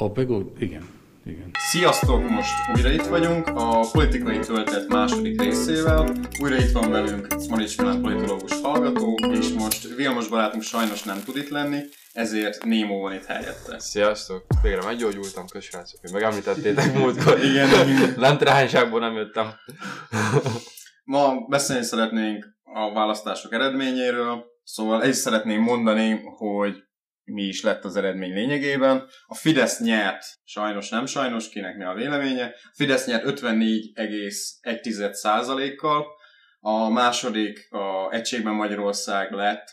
Igen. Sziasztok! Most újra itt vagyunk a politikai töltet második részével. Újra itt van velünk Szmanics Milán politológus hallgató, és most Vilmos barátunk sajnos nem tud itt lenni, ezért Némó van itt helyette. Sziasztok! Végre meggyógyultam, kösrácok, hogy megemlítettétek múltkor. Igen. Lentrányságból nem jöttem. Ma beszélni szeretnénk a választások eredményéről, szóval ezt szeretném mondani, hogy mi is lett az eredmény lényegében. A Fidesz nyert, sajnos nem sajnos, kinek mi a véleménye. A Fidesz nyert 54,1%-kal, a második a Egységben Magyarország lett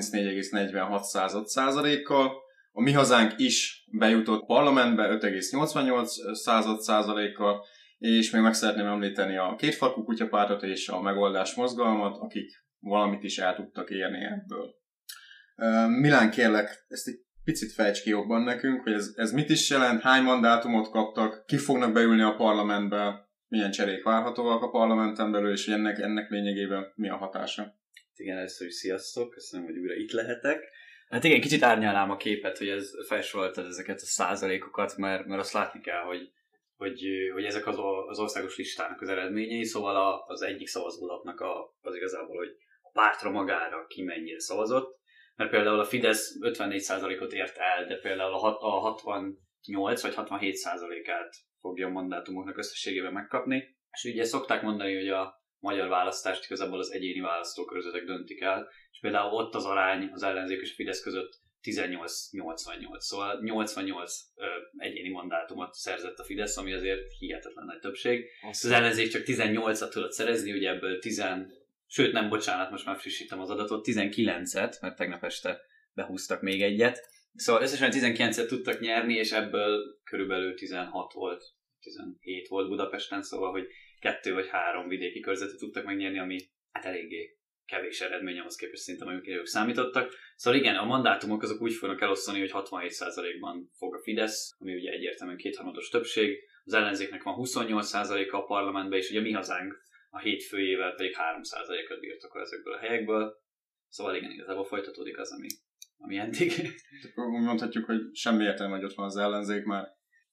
34,46%-kal, a Mi Hazánk is bejutott a parlamentbe 5,88%-kal, és még meg szeretném említeni a Kétfarkú kutyapártot és a Megoldás mozgalmat, akik valamit is el tudtak érni ebből. Milán, kérlek, ezt egy picit fejts ki jobban nekünk, hogy ez mit is jelent, hány mandátumot kaptak, ki fognak beülni a parlamentbe, milyen cserék várhatóak a parlamenten belül, és ennek lényegében mi a hatása. Igen, először is sziasztok, köszönöm, hogy újra itt lehetek. Hát igen, kicsit árnyalnám a képet, hogy felsoroltad ezeket a százalékokat, mert azt látni kell, hogy ezek az országos listának az eredményei, szóval az egyik szavazólapnak az igazából, hogy a pártra magára ki mennyire szavazott, mert például a Fidesz 54%-ot ért el, de például a 68 vagy 67%-át fogja a mandátumoknak összességében megkapni, és ugye szokták mondani, hogy a magyar választást igazából az egyéni választókörzetek döntik el, és például ott az arány az ellenzék és a Fidesz között 18-88, szóval 88 egyéni mandátumot szerzett a Fidesz, ami azért hihetetlen nagy többség. Az ellenzék csak 18-at tudott szerezni, ugye ebből sőt nem, bocsánat, most már frissítem az adatot, 19-et, mert tegnap este behúztak még egyet. Szóval összesen 19-et tudtak nyerni, és ebből körülbelül 16 volt, 17 volt Budapesten, szóval, hogy 2 vagy 3 vidéki körzetet tudtak megnyerni, ami hát eléggé kevés eredmény ahhoz képest szerintem, amikre ők számítottak. Szóval igen, a mandátumok azok úgy fognak elosztani, hogy 67%-ban fog a Fidesz, ami ugye egyértelműen kétharmados többség, az ellenzéknek van 28%-a a parlamentben, és ugye Mi Hazánk a hétfőjével pedig 3%-ot birtokol ezekből a helyekből. Szóval igen, igazából folytatódik az, ami eddig. Úgy mondhatjuk, hogy semmi értelme, hogy ott van az ellenzék, már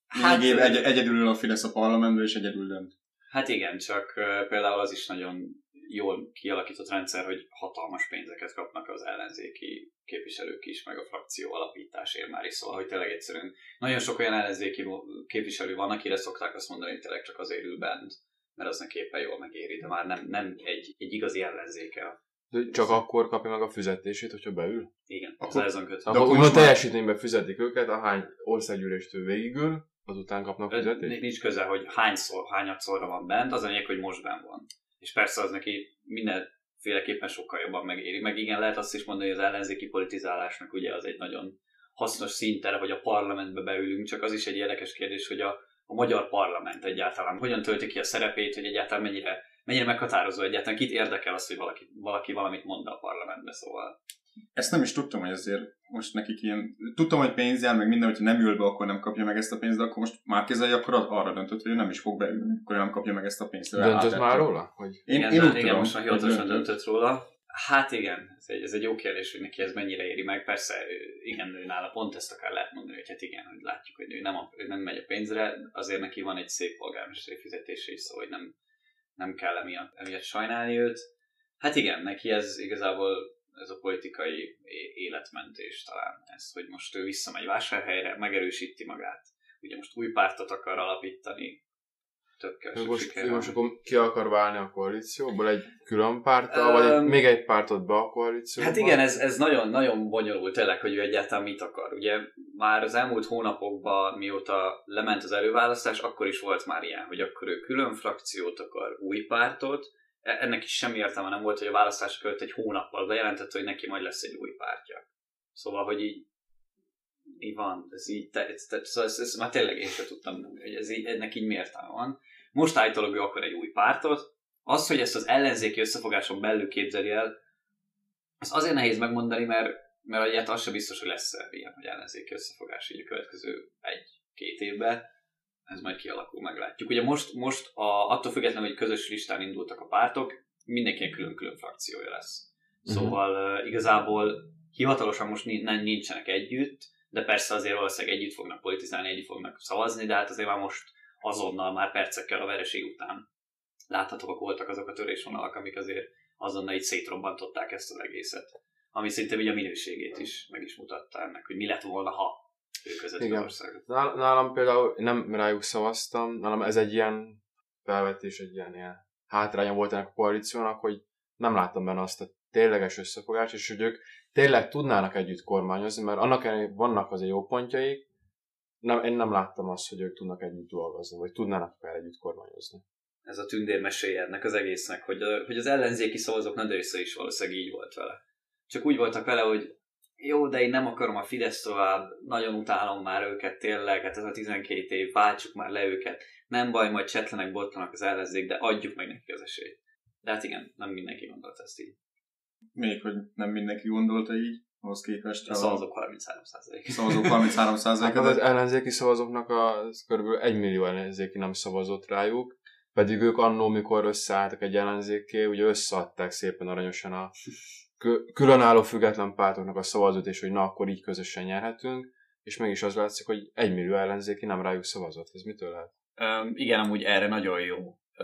egyedül ül a Fidesz a parlamentben, és egyedül dönt. Hát igen, csak például az is nagyon jól kialakított rendszer, hogy hatalmas pénzeket kapnak az ellenzéki képviselők is, meg a frakció alapításért már is, szóval, hogy tényleg egyszerűen nagyon sok olyan ellenzéki képviselő van, akire szokták azt mondani, hogy tényleg csak azért ül bent, mert az neki éppen jól megéri, de már nem egy igazi ellenzéke. Csak akkor kapja meg a fizetését, hogyha beül? Igen, az ezon kötve. Akkor úgymond teljesítményben fizetik őket, ahány országgyűléstől végigül, azután kapnak fizetést? Nincs köze, hogy hányadszorra van bent, az a lényeg, hogy most benn van. És persze az neki mindenféleképpen sokkal jobban megéri. Meg igen, lehet azt is mondani, hogy az ellenzéki politizálásnak ugye az egy nagyon hasznos szintere, hogy a parlamentbe beülünk, csak az is egy érdekes kérdés, hogy a magyar parlament egyáltalán hogyan tölti ki a szerepét, hogy egyáltalán mennyire meghatározó egyáltalán, kit érdekel az, hogy valaki valamit mond a parlamentbe, szóval. Ezt nem is tudtam, hogy azért most nekik ilyen... Tudtam, hogy pénz jár, meg minden, hogyha nem ül be, akkor nem kapja meg ezt a pénzt, de akkor most már kezelje, akkor arra döntött, hogy ő nem is fog beülni, akkor nem kapja meg ezt a pénzt. Döntött már róla? Hogy... Igen, most már hivatalosan döntött róla. Hát igen, ez egy jó kérdés, hogy neki ez mennyire éri meg. Persze, igen, nála pont ezt akár lehet mondani, hogy hát igen, hogy látjuk, hogy ő nem megy a pénzre, azért neki van egy szép polgármesteri fizetése is, szóval hogy nem kell emiatt sajnálni őt. Hát igen, neki ez igazából ez a politikai életmentés talán ez, hogy most ő visszamegy Vásárhelyre, megerősíti magát. Ugye most új pártot akar alapítani, most akkor ki akar válni a koalícióból? Egy külön párttal, vagy még egy pártot be a koalícióba? Hát igen, ez nagyon, nagyon bonyolult tényleg, hogy ő egyáltalán mit akar. Ugye már az elmúlt hónapokban, mióta lement az előválasztás, akkor is volt már ilyen, hogy akkor ő külön frakciót akar, új pártot. Ennek is semmi értelme nem volt, hogy a választások előtt egy hónappal bejelentette, hogy neki majd lesz egy új pártja. Szóval, hogy így van, ez így, szóval ezt már tényleg én sem tudtam, hogy ennek így mi értelme van. Most állítólag ő akar egy új pártot. Az, hogy ezt az ellenzéki összefogáson belül képzeli el, ez azért nehéz megmondani, mert egyáltalán az sem biztos, hogy lesz ilyen, hogy ellenzéki összefogás így a következő 1-2 évben. Ez majd kialakul, meglátjuk. Ugye most attól függetlenül, hogy közös listán indultak a pártok, mindenkinek külön-külön frakciója lesz. Szóval igazából hivatalosan most nincsenek együtt, de persze azért valószínűleg együtt fognak politizálni, együtt fognak szavazni, de hát azért már most azonnal, már percekkel a vereség után láthatóak voltak azok a törésvonalak, amik azért azonnal így szétrobbantották ezt az egészet. Ami szinte ugye a minőségét is meg is mutatta ennek, hogy mi lett volna, ha ők vezetik az országot. Nálam például nem rájuk szavaztam, nálam ez egy ilyen felvetés, egy ilyen hátránya volt ennek a koalíciónak, hogy nem láttam benne azt a tényleges összefogást, és hogy ők tényleg tudnának együtt kormányozni, mert annak ellenére vannak azért jó pontjaik, én nem láttam azt, hogy ők tudnak együtt dolgozni, vagy tudnának fel együtt kormányozni. Ez a tündérmeséje ennek az egésznek, hogy az ellenzéki szavazók nagy része is valószínűleg így volt vele. Csak úgy voltak vele, hogy jó, de én nem akarom a Fidesz tovább, nagyon utálom már őket tényleg, hát ez a 12 év, váltsuk már le őket, nem baj, majd csetlenek, botlanak az ellenzék, de adjuk meg nekik az esélyt. De hát igen, nem mindenki gondolta ezt így. Még hogy nem mindenki gondolta így, ahhoz képest a szavazók 33%. Szavazók 33%. Hát az ellenzéki szavazóknak kb. 1 millió ellenzéki nem szavazott rájuk, pedig ők annól, mikor összeálltak egy ellenzékké, ugye összeadták szépen aranyosan a különálló független pártoknak a szavazót, és hogy na, akkor így közösen nyerhetünk, és mégis az látszik, hogy 1 millió ellenzéki nem rájuk szavazott. Ez mitől lehet? Igen, amúgy erre nagyon jó.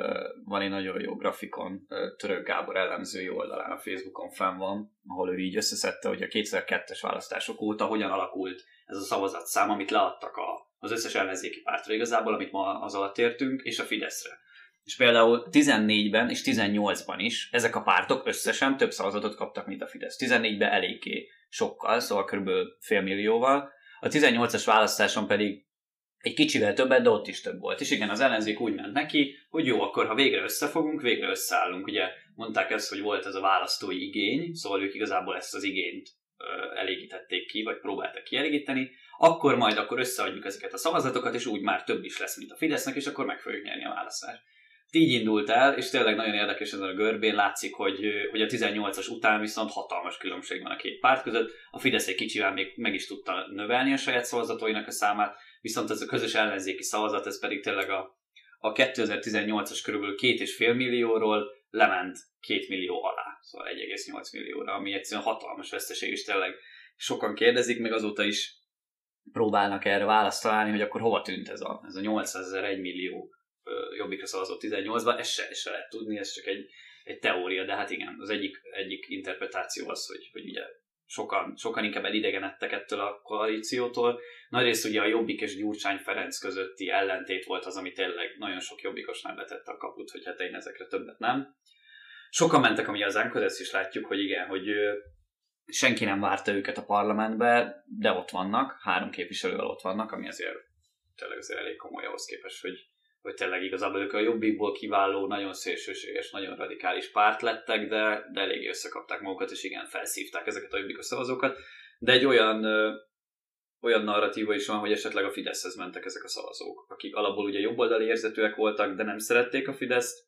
Van egy nagyon jó grafikon, Török Gábor elemzői oldalán a Facebookon fenn van, ahol ő így összeszedte, hogy a 2002-es választások óta hogyan alakult ez a szavazatszám, amit leadtak az összes ellenzéki pártra igazából, amit ma az alatt értünk, és a Fideszre. És például 14-ben és 18-ban is ezek a pártok összesen több szavazatot kaptak, mint a Fidesz. 14-ben eléggé sokkal, szóval kb. Fél millióval. A 18-as választáson pedig egy kicsivel többet, de ott is több volt. És igen, az ellenzék úgy ment neki, hogy jó, akkor ha végre összefogunk, végre összeállunk. Ugye mondták ezt, hogy volt ez a választói igény, szóval ők igazából ezt az igényt elégítették ki, vagy próbáltak kielégíteni, akkor összeadjuk ezeket a szavazatokat, és úgy már több is lesz, mint a Fidesznek, és akkor meg fogjuk nyerni a választást. Így indult el, és tényleg nagyon érdekes ezen a görbén, látszik, hogy a 18-as után viszont hatalmas különbség van a két párt között. A Fidesz egy kicsivel még meg is tudta növelni a saját szavazatóinak a számát, viszont ez a közös ellenzéki szavazat, ez pedig tényleg a 2018-as körülbelül 2,5 millióról lement 2 millió alá, szóval 1,8 millióra, ami egyszerűen hatalmas veszteség, és tényleg sokan kérdezik, meg azóta is próbálnak erre választ találni, hogy akkor hova tűnt ez a 800 000, 1 millió Jobbikra szavazott 18-ban, ezt se lehet tudni, ez csak egy teória, de hát igen, az egyik interpretáció az, hogy ugye sokan inkább elidegenedtek ettől a koalíciótól. Nagyrészt ugye a Jobbik és Gyurcsány Ferenc közötti ellentét volt az, ami tényleg nagyon sok jobbikosnál betette a kaput, hogy hát én ezekre többet nem. Sokan mentek a mi hazánkhoz, ezt is látjuk, hogy igen, hogy senki nem várta őket a parlamentbe, de ott vannak, 3 képviselővel ott vannak, ami azért tényleg azért elég komoly ahhoz képest, hogy tényleg igazából ők a Jobbikból kiváló, nagyon szélsőséges, nagyon radikális párt lettek, de eléggé összekapták magukat, és igen, felszívták ezeket a jobbikos szavazókat. De egy olyan narratíva is van, hogy esetleg a Fideszhez mentek ezek a szavazók, akik alapból ugye jobboldali érzetűek voltak, de nem szerették a Fideszt.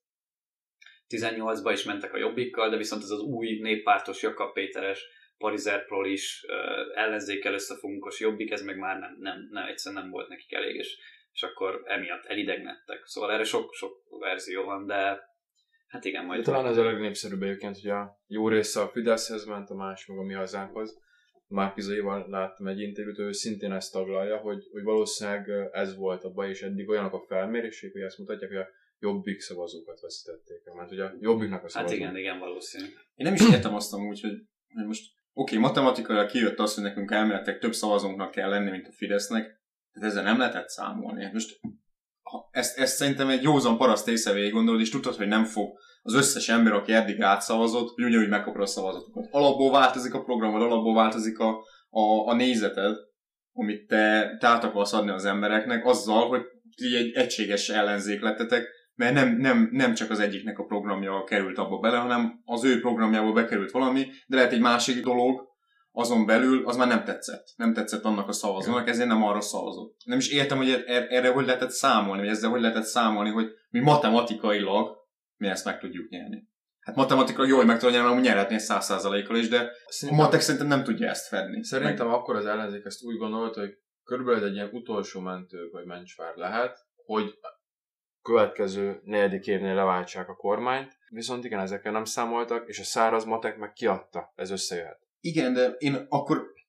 18-ba is mentek a Jobbikkal, de viszont ez az új néppártos, Jakab Péteres, Parizer Prolis, ellenzékkel összefunkos Jobbik, ez meg már nem egyszerűen nem volt nekik elég, és akkor emiatt elidegnedtek. Szóval erre sok verzió van, de hát igen, majd... De talán ez a legnépszerűbb egyébként, hogy a jó része a Fideszhez ment, a más meg a mi hazánkhoz. Márki-Zaival láttam egy interjút, ő szintén ezt taglalja, hogy valószínűleg ez volt a baj, és eddig olyanok a felmérések, hogy ezt mutatják, hogy a Jobbik szavazókat veszítették el, mert hogy a Jobbiknak a szavazók. Hát igen, valószínű. Én nem is értem azt amúgy, hogy most matematikailag kijött az, hogy nekünk elméletileg több szavazónknak kell lenni, mint a Fidesznek, tehát ezzel nem lehetett számolni. Most ezt szerintem egy józan paraszt észre végig gondolod, és tudod, hogy nem fog az összes ember, aki eddig átszavazott, hogy ugyanúgy megkapja a szavazatokat. Alapból változik a programod, alapból változik a nézeted, amit te át akarsz adni az embereknek, azzal, hogy ti egy egységes ellenzék lettetek, mert nem csak az egyiknek a programja került abba bele, hanem az ő programjából bekerült valami, de lehet egy másik dolog, azon belül az már nem tetszett. Nem tetszett annak a szavazónak, ezért nem arra szavazott. Nem is értem, hogy erre hogy lehetett számolni, vagy ezzel hogy lehetett számolni, hogy mi matematikailag mi ezt meg tudjuk nyerni. Hát matematikailag jó, hogy meg tudja nyerni, mert nyerhetné 100%-kal is, de a matek szerintem nem tudja ezt fedni. Szerintem akkor az ellenzék ezt úgy gondolta, hogy körülbelül egy ilyen utolsó mentő vagy mencsvár lehet, hogy következő 4. évnél leváltsák a kormányt, viszont igen, ezekkel nem számoltak, és a száraz matek meg kiadta, ez összejöhet. Igen, de én akkor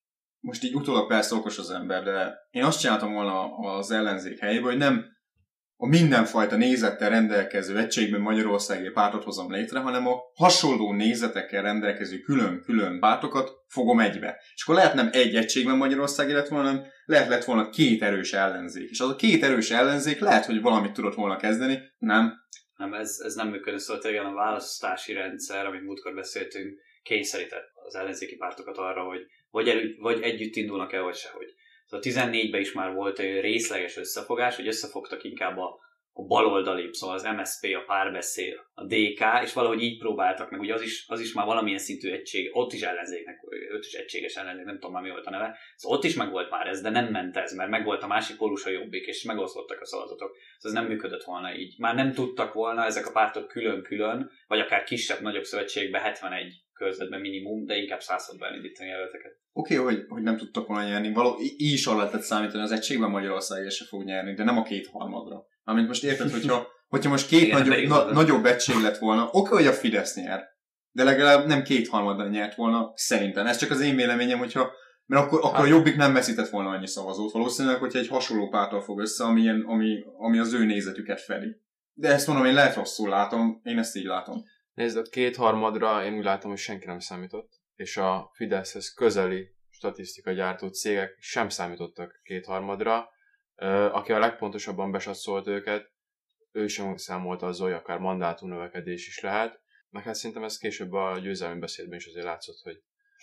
most így utólag persze okos az ember, de én azt csináltam volna az ellenzék helyében, hogy nem a mindenfajta nézettel rendelkező egységben magyarországi pártot hozom létre, hanem a hasonló nézetekkel rendelkező külön-külön pártokat fogom egybe. És akkor lehet nem egy egységben Magyarországi lett volna, hanem lett volna 2 erős ellenzék. És az a 2 erős ellenzék lehet, hogy valamit tudott volna kezdeni, nem? Nem, ez nem működő, szóval tényleg a választási rendszer, amit múltkor beszéltünk, kényszerített az ellenzéki pártokat arra, hogy vagy együtt indulnak el, vagy sehogy. Szóval 14-ben is már volt egy részleges összefogás, hogy összefogtak inkább a baloldali, szóval az MSZP, a Párbeszéd, a DK, és valahogy így próbáltak meg, ugye az is már valamilyen szintű egység, ott is ellenzéknek, ott is egységes ellenzék, nem tudom már mi volt a neve, szóval ott is meg volt már ez, de nem ment ez, mert meg volt a másik pólus, a Jobbik, és megoszlottak a szavazatok. Szóval ez nem működött volna így. Már nem tudtak volna ezek a pártok külön-külön, vagy akár kisebb-nagyobb szövetségbe 71 körzetben minimum, de inkább 100-ban elindítani jelölteket. Oké, hogy nem tudtak volna nyerni. Így is arra lehetett számítani, az egységben Magyarország se fog nyerni, de nem a 2/3. Amint most érted, hogyha most 2 nagyobb egység lett volna, oké, hogy a Fidesz nyer, de legalább nem 2/3 nyert volna, szerintem. Ez csak az én véleményem, mert akkor a Jobbik nem veszített volna annyi szavazót. Valószínűleg, hogyha egy hasonló párttal fog össze, ami az ő nézetüket fedi. De ezt mondom, én lehet rosszul látom, én ezt így látom. Nézd, a 2/3 én úgy látom, hogy senki nem számított, és a Fideszhez közeli statisztikagyártó cégek sem számítottak 2/3. Aki a legpontosabban besatszolta őket, ő sem számolta azzal, hogy akár mandátumnövekedés is lehet. Meg hát szerintem ez később a győzelmi beszédben is azért látszott, hogy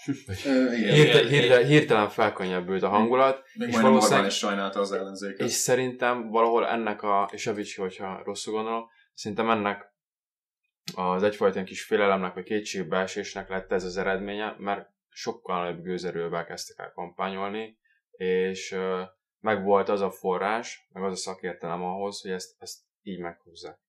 hirtelen felkönnyebbült a hangulat. Még majdnem Orbán is sajnálta az ellenzéket. És szerintem valahol ennek és javíts ki, hogyha rosszul gondolom, szerintem ennek az egyfajta kis félelemnek, vagy kétségbeesésnek lett ez az eredménye, mert sokkal nagyobb gőzerővel kezdtek el kampányolni, és meg volt az a forrás, meg az a szakértelem ahhoz, hogy ezt így meghúzzák.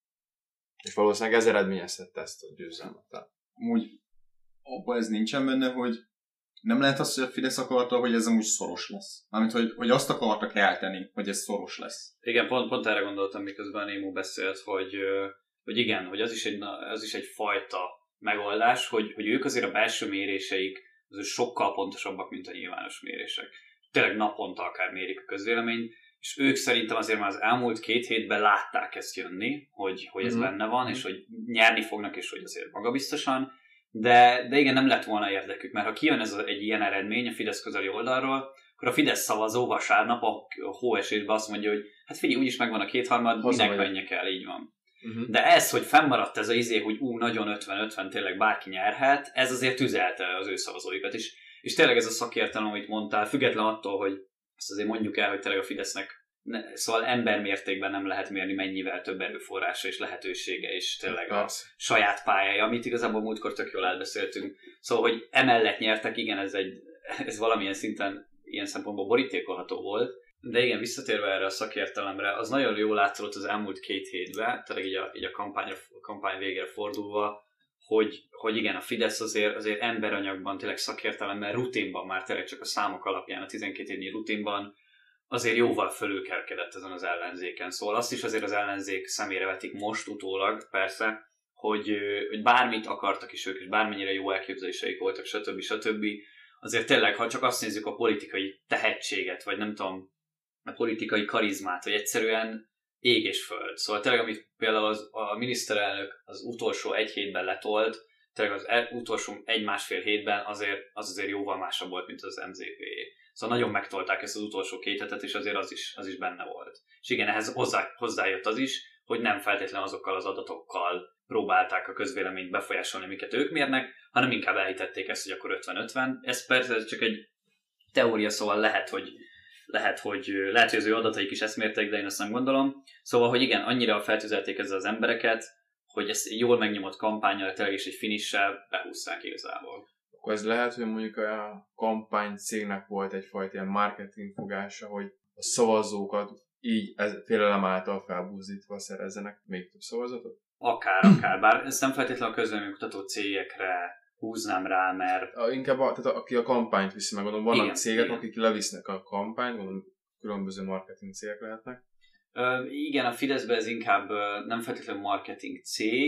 És valószínűleg ez eredményeztette ezt a győzelmet. Úgy abban ez nincsen benne, hogy nem lehet az, hogy a Fidesz akarta, hogy ez amúgy szoros lesz. Mármint, hogy azt akartak eltenni, hogy ez szoros lesz. Igen, pont erre gondoltam, miközben Némo beszélt, hogy igen, hogy az is egy fajta megoldás, hogy ők azért a belső méréseik azért sokkal pontosabbak, mint a nyilvános mérések. Tényleg naponta akár mérik a közvéleményt, és ők szerintem azért már az elmúlt 2 hétben látták ezt jönni, hogy ez benne van, és hogy nyerni fognak, és hogy azért magabiztosan, de igen, nem lett volna érdekük, mert ha kijön egy ilyen eredmény a Fidesz közeli oldalról, akkor a Fidesz szavazó vasárnap a hóesésben azt mondja, hogy hát figyelj, úgyis megvan a 2/3, minek menjek el, így van. De ez, hogy fennmaradt ez az hogy nagyon 50-50 tényleg bárki nyerhet, ez azért tüzelte az ő szavazóikat is. És tényleg ez a szakértelem, amit mondtál, független attól, hogy ezt azért mondjuk el, hogy tényleg a Fidesznek szóval embermértékben nem lehet mérni, mennyivel több erőforrása és lehetősége, és tényleg a saját pályája, amit igazából múltkor tök jól elbeszéltünk. Szóval, hogy emellett nyertek, igen, ez valamilyen szinten ilyen szempontból borítékolható volt, de igen, visszatérve erre a szakértelemre, az nagyon jól látszott az elmúlt 2 hétben, tényleg így a kampány végére fordulva, hogy igen, a Fidesz azért emberanyagban, tényleg szakértelemmel, rutinban már tényleg csak a számok alapján, a 12 évnyi rutinban azért jóval fölülkerkedett ezen az ellenzéken. Szóval azt is azért az ellenzék szemére vetik most utólag, persze, hogy bármit akartak is ők, és bármennyire jó elképzeléseik voltak, stb. Azért tényleg, ha csak azt nézzük a politikai tehetséget, vagy nem tudom, a politikai karizmát, hogy egyszerűen ég és föld. Szóval tényleg, amit például a miniszterelnök az utolsó 1 hétben letolt, tényleg az utolsó 1-1,5 hétben azért jóval másabb volt, mint az MZP-é. Szóval nagyon megtolták ezt az utolsó 2 hetet, és azért az is benne volt. És igen, ehhez hozzájött az is, hogy nem feltétlenül azokkal az adatokkal próbálták a közvéleményt befolyásolni, amiket ők mérnek, hanem inkább elhitették ezt, hogy akkor 50-50. Ez persze csak egy teória, szóval lehet, hogy az ő adataik is ezt mérték, de én azt nem gondolom. Szóval, hogy igen, annyira feltüzelték ezzel az embereket, hogy ezt jól megnyomott kampánnyal, tényleg is egy finissel behúzták igazából. Akkor ez lehet, hogy mondjuk a kampány cégnek volt egyfajta ilyen marketing fogása, hogy a szavazókat így félelem által felbúzdítva szerezzenek még több szavazatot? Akár, bár ezt nem feltétlenül a közvéleménykutató cégekre húznám rá, mert... Inkább tehát aki a kampányt viszi, meg gondolom, vannak cégek, akik levisznek a kampányt, gondolom különböző marketing cégek lehetnek. Igen, a Fideszben ez inkább nem feltétlenül marketing cég,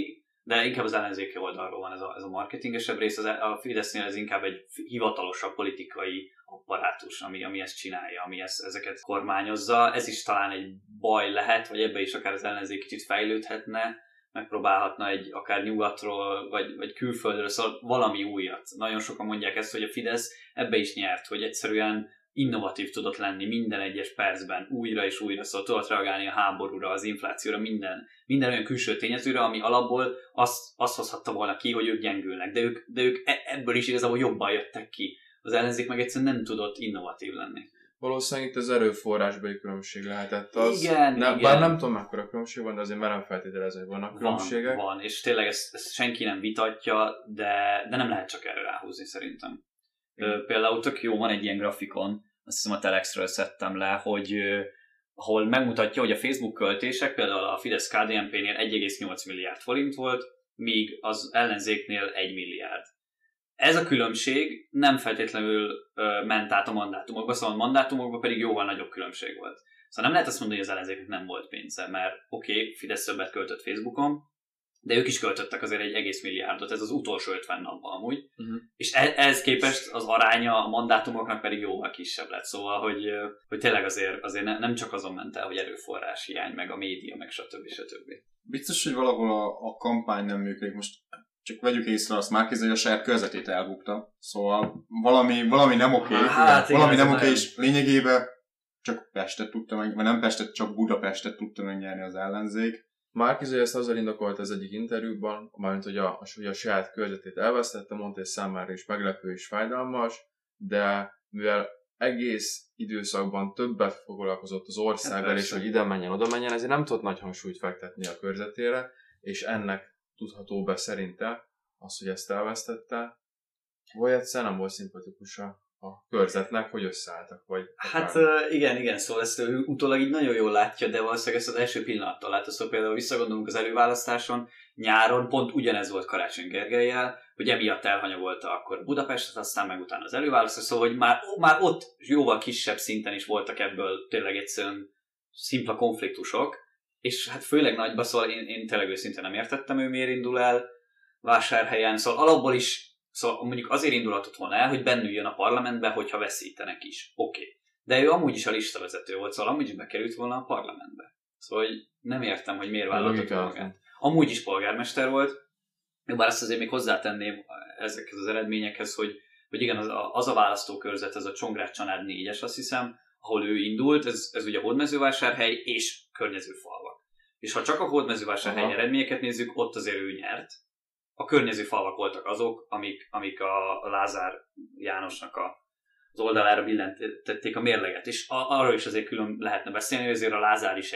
de inkább az ellenzéki oldalról van ez a marketingesebb rész, a Fidesznél ez inkább egy hivatalosabb politikai apparátus, ami ezt csinálja, ami ezeket kormányozza. Ez is talán egy baj lehet, vagy ebbe is akár az ellenzék kicsit fejlődhetne, megpróbálhatna akár nyugatról, vagy külföldről, szóval valami újat. Nagyon sokan mondják ezt, hogy a Fidesz ebbe is nyert, hogy egyszerűen innovatív tudott lenni minden egyes percben, újra és újra, szóval tudott reagálni a háborúra, az inflációra, minden olyan külső tényezőre, ami alapból azt hozhatta volna ki, hogy ők gyengülnek, de ők ebből is igazából jobban jöttek ki. Az ellenzék meg egyszerűen nem tudott innovatív lenni. Valószínűleg itt az erőforrásbeli különbség lehetett az. Igen. Bár nem tudom, mekkora különbség van, de azért merem feltételezni, hogy vannak különbségek. Van, és tényleg ezt senki nem vitatja, de nem lehet csak erre ráhúzni szerintem. Például tök jó, van egy ilyen grafikon, azt hiszem a Telexről szedtem le, hogy ahol megmutatja, hogy a Facebook költések például a Fidesz-KDNP-nél 1,8 milliárd forint volt, míg az ellenzéknél 1 milliárd. Ez a különbség nem feltétlenül ment át a mandátumokba, szóval a mandátumokba pedig jóval nagyobb különbség volt. Szóval nem lehet azt mondani, hogy az ellenzéknek nem volt pénze, mert oké, Fidesz többet költött Facebookon, de ők is költöttek azért 1,1 milliárdot, ez az utolsó 50 napban amúgy, és ehhez képest az aránya a mandátumoknak pedig jóval kisebb lett, szóval, hogy tényleg azért nem csak azon ment el, hogy erőforrás hiány, meg a média, meg stb. Biztos, hogy valahol a kampány nem működik. Most csak vegyük észre azt, Márki-Zay a saját körzetét elbukta, szóval valami nem oké, valami nem oké, és lényegében csak Pestet tudta meg, vagy nem Pestet, csak Budapestet tudta megnyerni az ellenzék. Márki-Zay ezt azzal indokolt az egyik interjúban, mármint, hogy a saját körzetét elvesztette, mondta, hogy számára is meglepő és fájdalmas, de mivel egész időszakban többet foglalkozott az országgal, és hogy ide menjen, oda menjen, ezért nem tudott nagy hangsúlyt fektetni a körzetére, és ennek tudható be szerinte az, hogy ezt elvesztette, vagy egyszer nem volt szimpatikus a körzetnek, hogy összeálltak, vagy... Hát igen, szóval ezt utólag így nagyon jól látja, de valószínűleg ezt az első pillanattól látja, szóval például visszagondolunk az előválasztáson, nyáron pont ugyanez volt Karácsony Gergellyel, hogy emiatt elhanyagolta akkor Budapestet, aztán meg utána az előválasztás, szóval hogy már ott jóval kisebb szinten is voltak ebből tényleg egyszerűen szimpla konfliktusok, és hát főleg nagyba, szóval én tényleg őszintén nem értettem, ő miért indul el Vásárhelyen, szóval alapból is, szóval mondjuk azért indulhatott volna el, hogy bennüljön a parlamentbe, hogyha veszítenek is. Oké. De ő amúgy is a listavezető volt, szóval amúgy is bekerült volna a parlamentbe. Szóval hogy nem értem, hogy miért vállaltott magát. Amúgy is polgármester volt, bár azt azért még hozzátenném ezekhez az eredményekhez, hogy igen, az a választókörzet, ez a Csongrád-Csanád 4-es, azt hiszem, ahol ő indult, ez ugye Hódmezővásárhely és környező falvak. És ha csak a Hódmezővásárhely eredményeket nézzük, ott azért ő nyert. A környező falvak voltak azok, amik a Lázár Jánosnak az oldalára billentették a mérleget. És arról is azért külön lehetne beszélni, hogy azért a Lázár is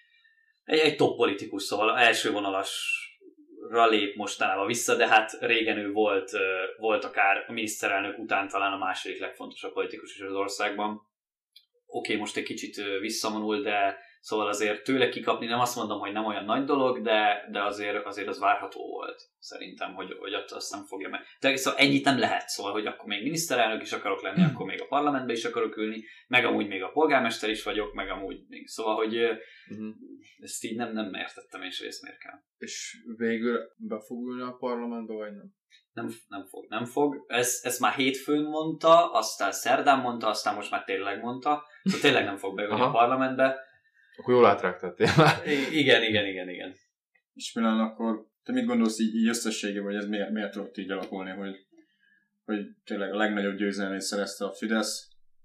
egy top politikus, szóval első vonalasra lép mostanában vissza, de hát régen ő volt akár a miniszterelnök után talán a második legfontosabb politikus is az országban. Oké, most egy kicsit visszavonul, de szóval azért tőle kikapni, nem azt mondom, hogy nem olyan nagy dolog, de azért az várható volt szerintem, hogy azt nem fogja meg. De szóval ennyit nem lehet, szóval, hogy akkor még miniszterelnök is akarok lenni, akkor még a parlamentbe is akarok ülni, meg amúgy még a polgármester is vagyok, meg amúgy még. Szóval, hogy ezt így nem értettem én, hogy ezt miért kell. És végül be fog ülni a parlamentbe, vagy nem? Nem fog. Ezt már hétfőn mondta, aztán szerdán mondta, aztán most már tényleg mondta. Szóval tényleg nem fog beülni a parlamentbe. Akkor jól átrágtattél már. Igen. És Milán, akkor te mit gondolsz így összességében, hogy ez miért tudott így alakulni, hogy tényleg a legnagyobb győzelmét szerezte a Fidesz,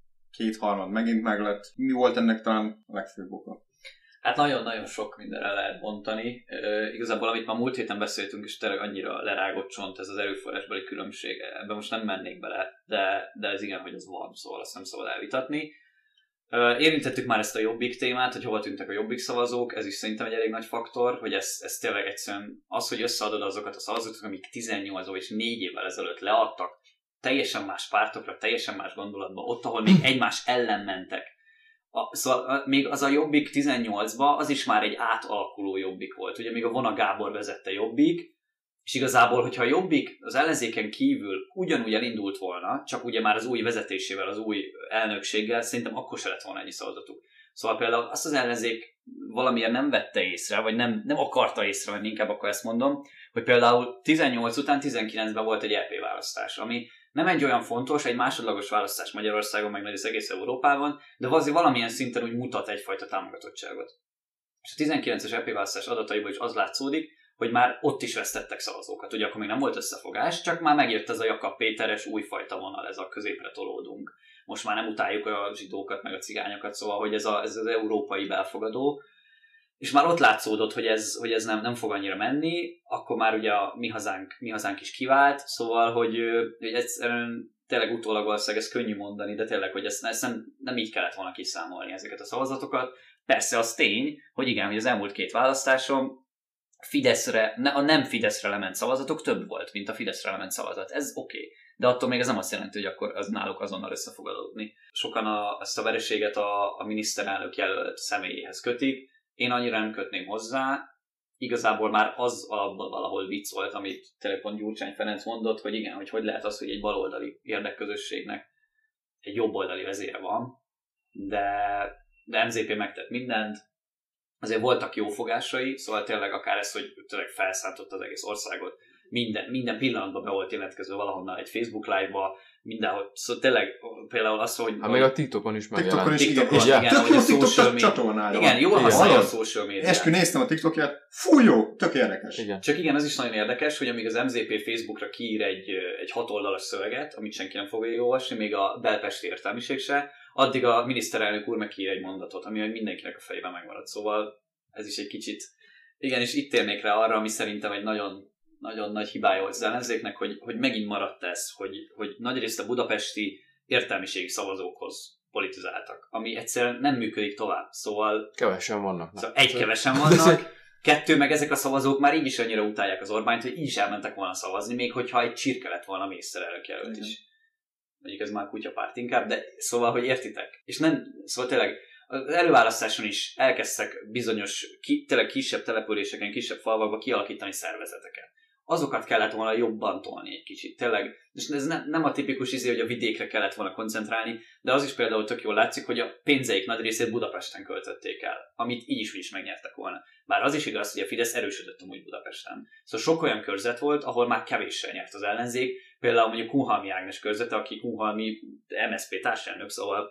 2/3 megint meglett. Mi volt ennek talán a legfőbb oka? Hát nagyon-nagyon sok mindenre lehet bontani. Igazából, amit már múlt héten beszéltünk, és tényleg annyira lerágott csont ez az erőforrásbeli különbség. Ebben most nem mennék bele, de ez igen, hogy az van, szóval azt nem szabad elvitatni. Érintettük már ezt a Jobbik témát, hogy hova tűntek a Jobbik szavazók, ez is szerintem egy elég nagy faktor, hogy ez tényleg egyszerűen az, hogy összeadod azokat a szavazókat, amik 18 és 4 évvel ezelőtt leadtak teljesen más pártokra, teljesen más gondolatba, ott, ahol még egymás ellen mentek. Szóval még az a Jobbik 18-ban, az is már egy átalakuló Jobbik volt. Ugye még a Vona Gábor vezette Jobbik, és igazából, hogyha a Jobbik az ellenzéken kívül ugyanúgy elindult volna, csak ugye már az új vezetésével, az új elnökséggel, szerintem akkor se lett volna ennyi szavazatuk. Szóval például azt az ellenzék valamiért nem vette észre, vagy nem akarta észrevenni, inkább akkor ezt mondom, hogy például 18 után 19-ben volt egy EP választás, ami nem egy olyan fontos, egy másodlagos választás Magyarországon, meg az egész Európában, de azért valamilyen szinten úgy mutat egyfajta támogatottságot. És a 19-es EP választás adataiból is az látszódik, hogy már ott is vesztettek szavazókat. Ugye akkor még nem volt összefogás, csak már megjött ez a Jakab Péteres újfajta vonal, ez a középre tolódunk. Most már nem utáljuk a zsidókat, meg a cigányokat, szóval, hogy ez az európai belfogadó. És már ott látszódott, hogy ez nem fog annyira menni, akkor már ugye a mi hazánk is kivált, szóval, hogy egyszerűen tényleg utólag valószínűleg ez könnyű mondani, de tényleg, hogy ezt nem így kellett volna kiszámolni ezeket a szavazatokat. Persze az tény, hogy igen, hogy az elmúlt 2 választáson a nem Fideszre lement szavazatok több volt, mint a Fideszre lement szavazat. Ez oké. De attól még ez nem azt jelenti, hogy akkor az náluk azonnal össze fog adódni. Sokan ezt a vereséget a miniszterelnök jelölt személyéhez kötik. Én annyira nem kötném hozzá. Igazából már az alapban valahol vicc volt, amit tényleg pont Gyurcsány Ferenc mondott, hogy igen, hogy lehet az, hogy egy baloldali érdekközösségnek egy jobboldali vezére van, de MZP megtett mindent. Azért voltak jó fogásai, szóval tényleg akár ez, hogy tényleg felszántott az egész országot, minden pillanatban be volt jelentkezve valahonnan egy Facebook live-ba, mindenhol. Szóval tényleg például az, hogy... Hát még a TikTokon is megjelent. TikTokon, igen, ahogy a social csatornája. Igen, jól használja a social media. Eskü néztem a TikTokját, fú jó, tök érdekes. Igen. Csak igen, az is nagyon érdekes, hogy amíg az MZP Facebookra kiír egy 6 oldalas szöveget, amit senki nem fog olvasni, még a belpesti értelmiség se, addig a miniszterelnök úr megír egy mondatot, ami mindenkinek a fejében megmarad. Szóval ez is egy kicsit... Igen, és itt térnék rá arra, ami szerintem egy nagyon nagy hibája volt az ellenzéknek, hogy megint maradt ez, hogy nagyrészt a budapesti értelmiségi szavazókhoz politizáltak, ami egyszerűen nem működik tovább. Szóval... Kevesen vannak. Szóval kevesen vannak, 2 meg ezek a szavazók már így is annyira utálják az Orbánt, hogy így is elmentek volna szavazni, még hogyha egy csirke lett volna miniszterelnök jelölt is. Mondjuk ez már kutyapárt inkább, de szóval, hogy értitek. És nem, szóval tényleg az előválasztáson is elkezdtek bizonyos, tényleg kisebb településeken, kisebb falvakban kialakítani szervezeteket. Azokat kellett volna jobban tolni egy kicsit, tényleg. És ez nem a tipikus hogy a vidékre kellett volna koncentrálni, de az is például tök jól látszik, hogy a pénzeik nagy részét Budapesten költötték el, amit így is megnyertek volna. Bár az is igaz, hogy a Fidesz erősödött amúgy Budapesten. Szóval sok olyan körzet volt, ahol már kevéssel nyert az ellenzék, például mondjuk Kunhalmi Ágnes körzete, aki Kunhalmi MSZP társelnök, szóval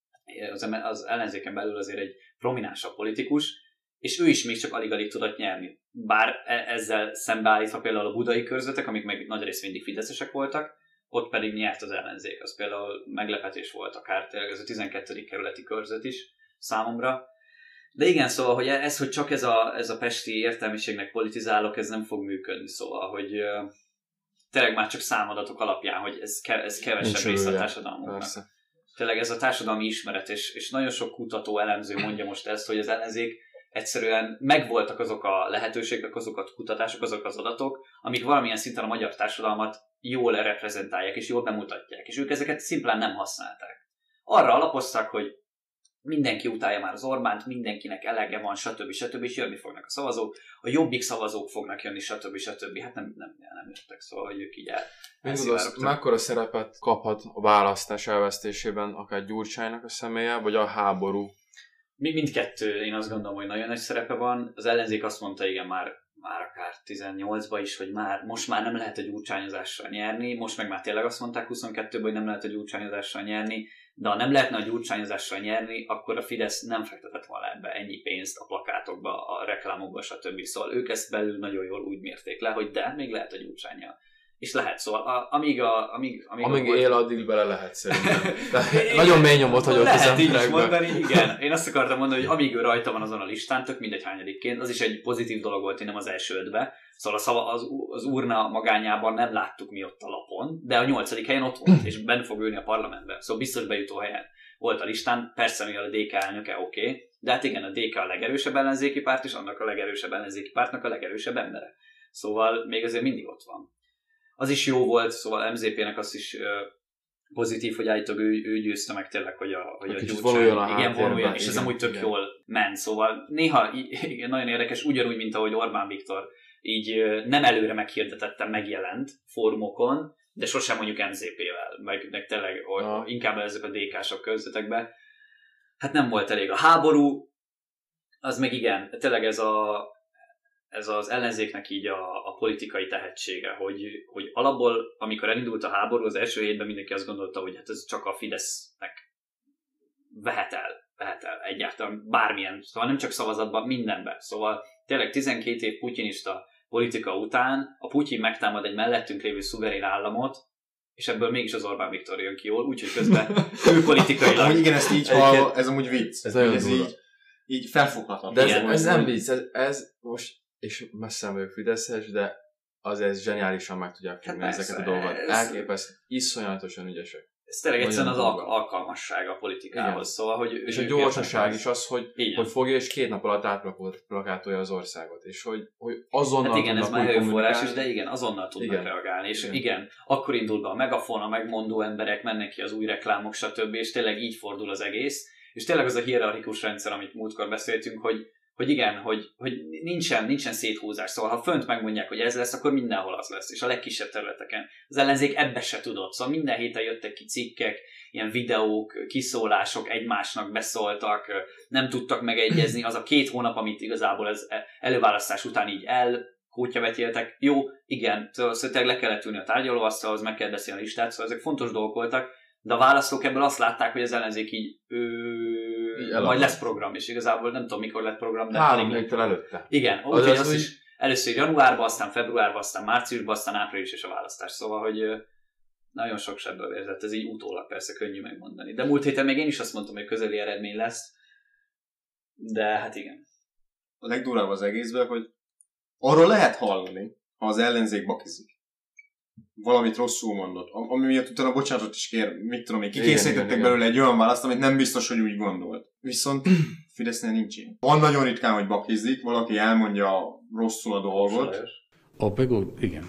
az ellenzéken belül azért egy prominánsabb politikus, és ő is még csak alig-alig tudott nyerni. Bár ezzel szembeállítva például a budai körzetek, amik meg nagyrészt mindig fideszesek voltak, ott pedig nyert az ellenzék. Az például meglepetés volt akár tényleg ez a 12. kerületi körzet is számomra. De igen, szóval, hogy hogy csak ez a pesti értelmiségnek politizálok, ez nem fog működni. Szóval, hogy tényleg már csak számadatok alapján, hogy ez kevesebb része a társadalmunknak. Persze. Tényleg ez a társadalmi ismeret, és nagyon sok kutató, elemző mondja most ezt, hogy az ellenzék egyszerűen megvoltak azok a lehetőségek, azok a kutatások, azok az adatok, amik valamilyen szinten a magyar társadalmat jól reprezentálják, és jól bemutatják, és ők ezeket szimplán nem használták. Arra alapoztak, hogy mindenki utálja már az Orbánt, mindenkinek elege van, stb. És jönni fognak a szavazók, a Jobbik szavazók fognak jönni, stb. Hát nem jöttek, szóval, hogy ők így elszivárogtak. Mekkora szerepet kaphat a választás elvesztésében akár Gyurcsánynak a személye, vagy a háború? Mindkettő, én azt gondolom, hogy nagyon nagy szerepe van. Az ellenzék azt mondta, igen, már akár 18-ban is, hogy most már nem lehet a gyurcsányozással nyerni, most meg már tényleg azt mondták 22-ben, hogy nem lehet a gyurcsányozással nyerni, de ha nem lehetne a gyurcsányozással nyerni, akkor a Fidesz nem fektetett volna ebbe ennyi pénzt a plakátokba, a reklámokba, stb. Szóval ők ezt belül nagyon jól úgy mérték le, hogy de, még lehet a gyurcsánnyal. És lehet, szóval amíg él, addig bele lehet szerintem. Nagyon mély nyomot hagyott az emberekbe. Lehet így mondani, igen. Én azt akartam mondani, hogy amíg ő rajta van azon a listán, tök mindegy hányadikként, az is egy pozitív dolog volt, hogy nem az első 5-be. Szóval az urna magányában nem láttuk mi ott a lapon, de a 8. helyen ott volt, és benne fog ülni a parlamentben. Szóval biztos bejutó helyen volt a listán. Persze, mivel a DK elnöke oké, de hát igen, a DK a legerősebb ellenzéki párt, és annak a legerősebb ellenzéki pártnak a legerősebb embere. Szóval még azért mindig ott van. Az is jó volt, szóval MZP-nek az is pozitív, hogy állítólag ő győzte meg tényleg, hogy a Gyurcsány vonuljon, és ez amúgy tök jól ment. Szóval néha igen, nagyon érdekes, ugyanúgy, mint ahogy Orbán Viktor így nem előre meghirdetettem, megjelent fórumokon, de sosem mondjuk MZP-vel, meg tényleg inkább ezek a DK-sok körzetekben. Hát nem volt elég a háború, Az meg igen, tényleg ez az ellenzéknek így a politikai tehetsége, hogy alapból, amikor elindult a háború, az első hétben mindenki azt gondolta, hogy hát ez csak a Fidesznek vehet el egyáltalán bármilyen, szóval nem csak szavazatban, mindenben. Szóval tényleg 12 év putyinista politika után a Putyin megtámad egy mellettünk lévő szuverén államot, és ebből mégis az Orbán Viktor jön ki jól, úgyhogy közben ő politikailag... Igen, ezt így hallva, ez amúgy vicc. Ez így felfoghatatlan. De ez nem vicc, ez most, és messze vagyok Fideszes, de azért zseniálisan meg tudják fogni ezeket a dolgokat. Elképesztő, iszonyatosan ügyesek. Ez tényleg egyszerűen az alkalmassága a politikához. Igen. Szóval, hogy és a gyorsaság is az, hogy fogja és 2 nap alatt átplakátolja az országot. És hogy azonnal hát igen, ez már erőforrás is, de igen, azonnal tudnak reagálni. És igen, akkor indul be a megafon, a megmondó emberek, mennek ki az új reklámok, stb. És tényleg így fordul az egész. És tényleg az a hierarchikus rendszer, amit múltkor beszéltünk, hogy igen, hogy nincsen széthúzás. Szóval ha fönt megmondják, hogy ez lesz, akkor mindenhol az lesz. És a legkisebb területeken. Az ellenzék ebbe se tudott. Szóval minden héten jöttek ki cikkek, ilyen videók, kiszólások, egymásnak beszóltak, nem tudtak megegyezni. Az a 2 hónap, amit igazából ez előválasztás után így kótyavetéltek. Jó, igen, szóval le kellett ülni a tárgyalóasztalhoz, meg kell beszélni a listát, szóval ezek fontos dolgok voltak, de a választók ebből azt látták, hogy az ellenzék így majd lesz program, és igazából nem tudom mikor lett program, de 3 héttel előtte. Igen, úgyhogy azt is először januárban, aztán februárban, aztán márciusban, aztán április és a választás. Szóval, hogy nagyon sok sebből vérzett, ez így utólag persze könnyű megmondani. De múlt héten még én is azt mondtam, hogy közeli eredmény lesz, de hát igen. A legdurább az egészben, hogy arról lehet hallani, ha az ellenzék bakizik. Valamit rosszul mondott, ami miatt utána bocsánatot is kér, mit tudom én, kikészítettek belőle egy olyan választ, amit nem biztos, hogy úgy gondolt. Viszont Fidesznél nincs ilyen. Van nagyon ritkán, hogy bakizik, valaki elmondja rosszul a dolgot. A igen.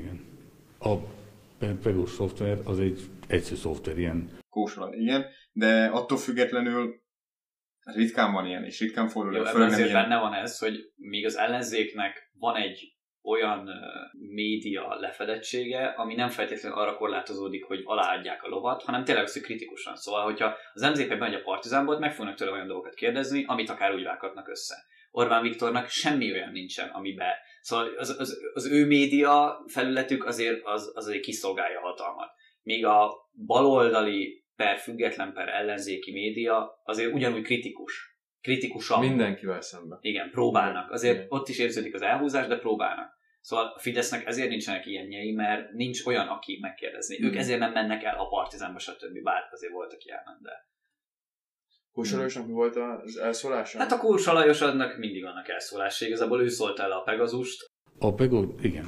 A Pegasus szoftver az egy egyszerű szoftver, ilyen. Kósolat, igen, de attól függetlenül ritkán van ilyen, és ritkán fordul. Jó, ebben azért benne van ez, hogy míg az ellenzéknek van egy olyan média lefedettsége, ami nem feltétlenül arra korlátozódik, hogy aláadják a lovat, hanem tényleg az, hogy kritikusan. Szóval, hogyha az ellenzékben megy a Partizánból, meg fognak tőle olyan dolgokat kérdezni, amit akár úgy vághatnak össze. Orbán Viktornak semmi olyan nincsen, amiben. Szóval az ő média felületük azért kiszolgálja a hatalmat. Míg a baloldali per független per ellenzéki média azért ugyanúgy kritikusan. Mindenkivel szemben. Igen, próbálnak. Azért ott is érződik az elhúzás, de próbálnak. Szóval a Fidesznek ezért nincsenek ilyenjei, mert nincs olyan, aki megkérdezni. Ők ezért nem mennek el a Partizánba, stb. Bár azért volt, aki elment, de... Kósa Lajosnak mi volt az elszólása? Hát a Kósa Lajosnak mindig vannak elszólásai. Igazából ő szólt el a Pegazust. Igen.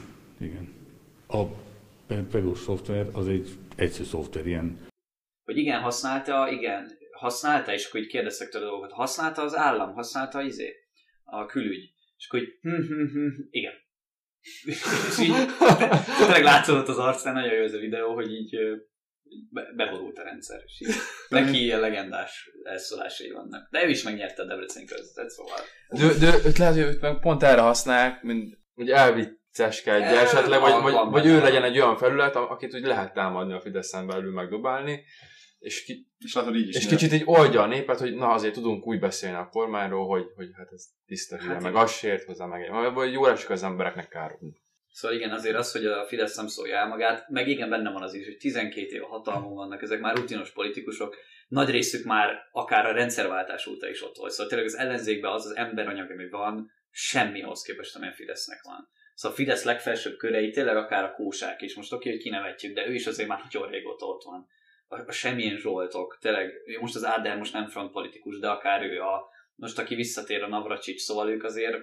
A Pegasus szoftver az egy egyszerű szoftver, ilyen. Hogy igen, használta, és akkor így kérdeztek tőle dolgokat. Használta az állam, használta a külügy. És akkor így, igen. És így tényleg látszott az arcán, nagyon jó ez a videó, hogy így beborult a rendszer. És így, neki ilyen legendás elszólásai vannak. De ő is megnyerte a Debreceni körzetet, szóval. De lehet, hogy őt pont erre használják, mint hogy elvicceskedje esetleg, vagy ő legyen egy olyan felület, akit úgy lehet támadni a Fideszen belül megdobálni. És látod, így is és kicsit így oldja a népet, hogy na azért tudunk úgy beszélni a kormányról, hogy hát ez tiszta hülye, meg az sért hozzá, vagy jól esik az embereknek káromni. Szóval igen, azért az, hogy a Fidesz nem szólja el magát, meg igen, benne van az is, hogy 12 év hatalmon vannak, ezek már rutinos politikusok, nagy részük már akár a rendszerváltás óta is ott volt. Szóval tényleg az ellenzékben az emberanyag, ami van, semmi ahhoz képest, amilyen Fidesznek van. Szóval a Fidesz legfelsőbb körei tényleg akár a Kósák is, most oké, hogy kinevetjük, de ő is azért már nagyon régóta ott van. A semmilyen Zsoltok, tényleg, most az Áder most nem frontpolitikus, de akár ő most aki visszatér a Navracsics, szóval ők azért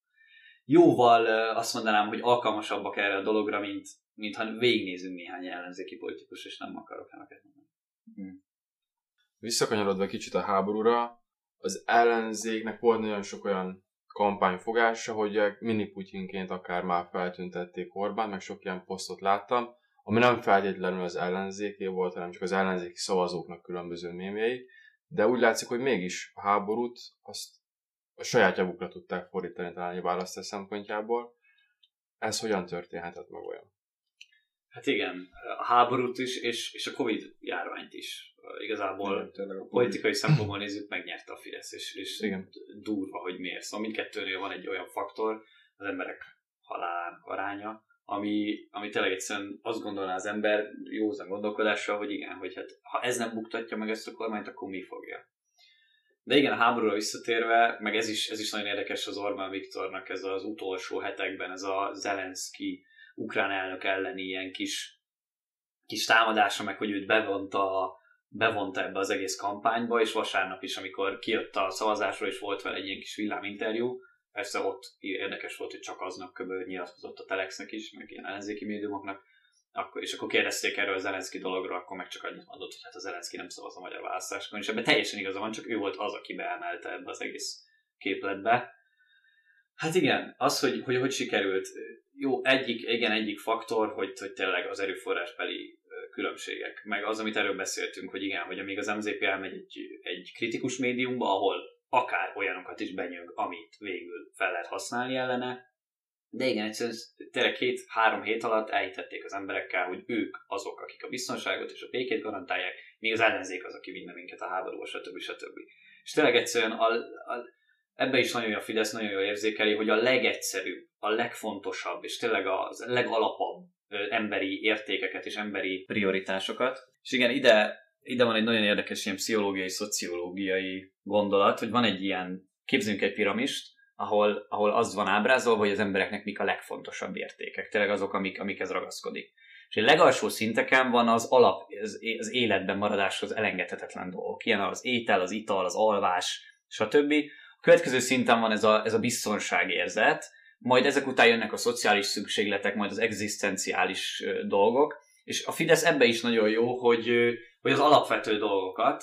jóval azt mondanám, hogy alkalmasabbak erre a dologra, mint ha végignézünk néhány ellenzéki politikus, és nem akarok neveket mondani. Visszakanyarodva kicsit a háborúra, az ellenzéknek volt nagyon sok olyan kampányfogása, hogy mini Putyinként akár már feltüntették Orbán, meg sok ilyen posztot láttam, ami nem feltétlenül az ellenzéké volt, hanem csak az ellenzéki szavazóknak különböző mémjei, de úgy látszik, hogy mégis a háborút azt a saját javukra tudták fordítani talán a választás szempontjából. Ez hogyan történhetett meg olyan? Hát igen, a háborút is, és a Covid járványt is igazából politikai szempontból nézzük, megnyerte a Fidesz, és durva, hogy miért. Szóval mindkettőnél van egy olyan faktor, az emberek halálának aránya, ami tényleg egyszerűen azt gondolná az ember józan gondolkodással, hogy igen, hogy hát, ha ez nem buktatja meg ezt a kormányt, akkor mi fogja. De igen, a háborúra visszatérve, meg ez is nagyon érdekes az Orbán Viktornak ez az utolsó hetekben, ez a Zelenszky ukrán elnök elleni ilyen kis támadása, meg hogy őt bevonta ebbe az egész kampányba, és vasárnap is, amikor kijött a szavazásról, és volt vele egy ilyen kis villáminterjú, persze ott érdekes volt, hogy csak aznap kb. Nyilatkozott a Telexnek is, meg ilyen ellenzéki médiumoknak, és akkor kérdezték erről a Zelenszky dologról, akkor meg csak annyit mondott, hogy hát a Zelenszky nem szavaz a magyar választásokon, és ebben teljesen igaza van, csak ő volt az, aki beemelte ebbe az egész képletbe. Hát igen, az, hogy sikerült, jó, egyik faktor, hogy tényleg az erőforrásbeli különbségek, meg az, amit erről beszéltünk, hogy igen, hogy amíg az MZP elmegy egy kritikus médiumba, ahol akár olyanokat is benyög, amit végül fel lehet használni ellene, de igen, egyszerűen tényleg 2-3 hét alatt elhitették az emberekkel, hogy ők azok, akik a biztonságot és a békét garantálják, míg az ellenzék az, aki vinne minket a háborúba, stb. És tényleg egyszerűen ebbe is nagyon a Fidesz nagyon jól érzékeli, hogy a legegyszerűbb, a legfontosabb, és tényleg a legalapabb emberi értékeket és emberi prioritásokat. És igen, ide van egy nagyon érdekes ilyen pszichológiai, szociológiai gondolat, hogy van egy ilyen, képzeljünk egy piramist, ahol az van ábrázolva, hogy az embereknek mik a legfontosabb értékek, tényleg azok, amikhez ragaszkodik. És a legalsó szinteken van az életben maradáshoz elengedhetetlen dolgok. Ilyen az étel, az ital, az alvás, stb. A következő szinten van ez a biztonságérzet, majd ezek után jönnek a szociális szükségletek, majd az egzisztenciális dolgok, és a Fidesz ebbe is nagyon jó, hogy az alapvető dolgokat,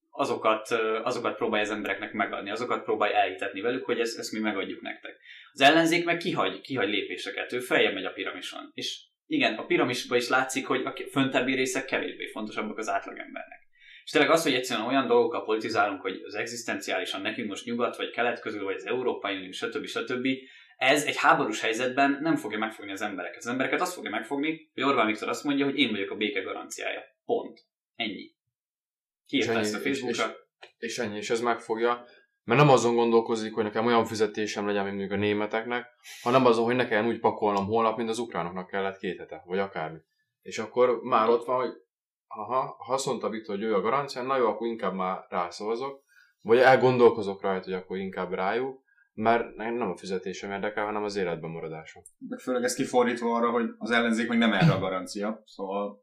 azokat próbálja az embereknek megadni, azokat próbálja elhitetni velük, hogy ezt mi megadjuk nektek. Az ellenzék meg kihagy lépéseket, ő feljebb megy a piramison. És igen, a piramisban is látszik, hogy a föntebbi részek kevésbé fontosabbak az átlagembernek. És tényleg az, hogy egyszerűen olyan dolgokkal politizálunk, hogy az egzisztenciálisan nekünk most nyugat vagy kelet közül, vagy az Európai Unió, stb. Ez egy háborús helyzetben nem fogja megfogni az embereket. Az embereket azt fogja megfogni, hogy Orbán Viktor azt mondja, hogy én vagyok a béke garanciája. Pont. Ennyi. Kiírta ezt a Facebookra. És ennyi, és ez megfogja, mert nem azon gondolkozik, hogy nekem olyan fizetésem legyen, mint mondjuk a németeknek, hanem azon, hogy ne kelljen úgy pakolnom holnap, mint az ukránoknak kellett 2 hete, vagy akármi. És akkor már ott van, hogy ha azt mondta Viktor, hogy ő a garancia, na jó, akkor inkább már rászavazok, vagy elgondolkozok rajta, hogy akkor inkább rájuk, mert nem a fizetésem érdekel, hanem az életben maradásom. Meg főleg ez kifordítva arra, hogy az ellenzék meg nem erre a garancia, szóval...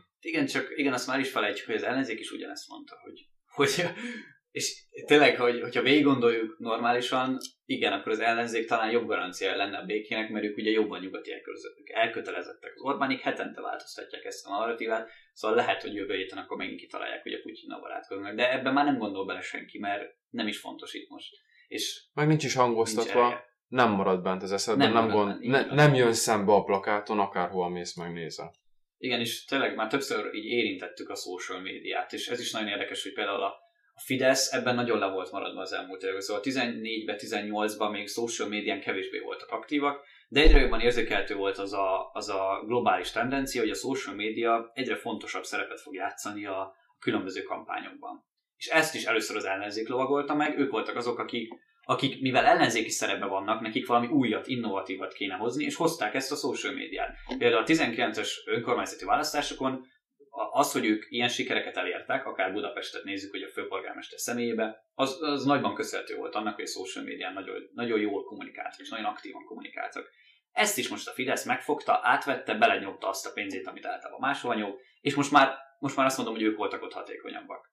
Igen, azt már is felejtjük, hogy az ellenzék is ugyanezt mondta, hogy és tényleg, hogyha végig gondoljuk normálisan, igen, akkor az ellenzék talán jobb garancia lenne a békének, mert ők ugye jobban nyugati elkötelezettek. Az Orbánik hetente változtatják ezt a narratívát, szóval lehet, hogy jövő héten akkor megint kitalálják, hogy a Putyinnal barátkoznak, de ebben már nem gondol bele senki, mert nem is fontos itt most. És meg nincs is hangoztatva, nem marad bent az eszedben, nem jön szembe a plakáton, akárhol mész, megnézel. Igen, és tényleg már többször így érintettük a social médiát, és ez is nagyon érdekes, hogy például a Fidesz ebben nagyon le volt maradva az elmúlt években. Szóval 14-ben, 18-ban még social médián kevésbé voltak aktívak, de egyre jobban érzékelhető volt az a globális tendencia, hogy a social média egyre fontosabb szerepet fog játszani a különböző kampányokban. És ezt is először az ellenzék lovagolta meg, ők voltak azok, akik mivel ellenzéki szerepben vannak, nekik valami újat, innovatívat kéne hozni, és hozták ezt a social médiát. Például a 19-es önkormányzati választásokon az, hogy ők ilyen sikereket elértek, akár Budapestet nézzük, hogy a főpolgármester személyébe, az nagyban köszönhető volt annak, hogy a social médián nagyon, nagyon jól kommunikáltak, és nagyon aktívan kommunikáltak. Ezt is most a Fidesz megfogta, átvette, belenyomta azt a pénzét, amit általában máshol nyom, és most már azt mondom, hogy ők voltak ott hatékonyabbak.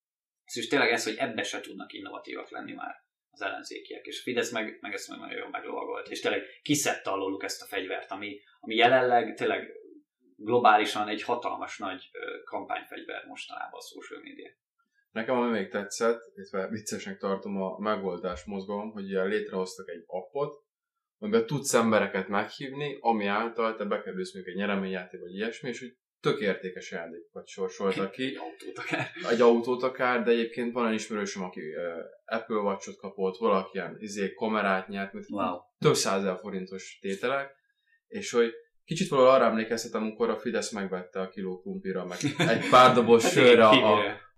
És tényleg ez, hogy ebbe se tudnak innovatívak lenni már az ellenzékiek, és a Fidesz meg ezt meg nagyon jól meglovagolt, és tényleg kiszedte alóluk ezt a fegyvert, ami jelenleg tényleg globálisan egy hatalmas nagy kampányfegyver mostanában a social media. Nekem ami még tetszett, illetve viccesnek tartom a megoldás mozgalom, hogy ilyen létrehoztak egy appot, amiben tudsz embereket meghívni, ami által te bekerülsz még egy nyereményjáték vagy ilyesmi, és hogy tök értékes ajándékokat sorsoltak ki. Egy autót akár, de egyébként van egy ismerősöm, aki Apple Watch-ot kapott, valaki ilyen kamerát nyert, több 100 000 forintos tételek, és hogy kicsit valahol arra emlékeztetem, amikor a Fidesz megvette a kiló krumplira, meg egy pár doboz sörre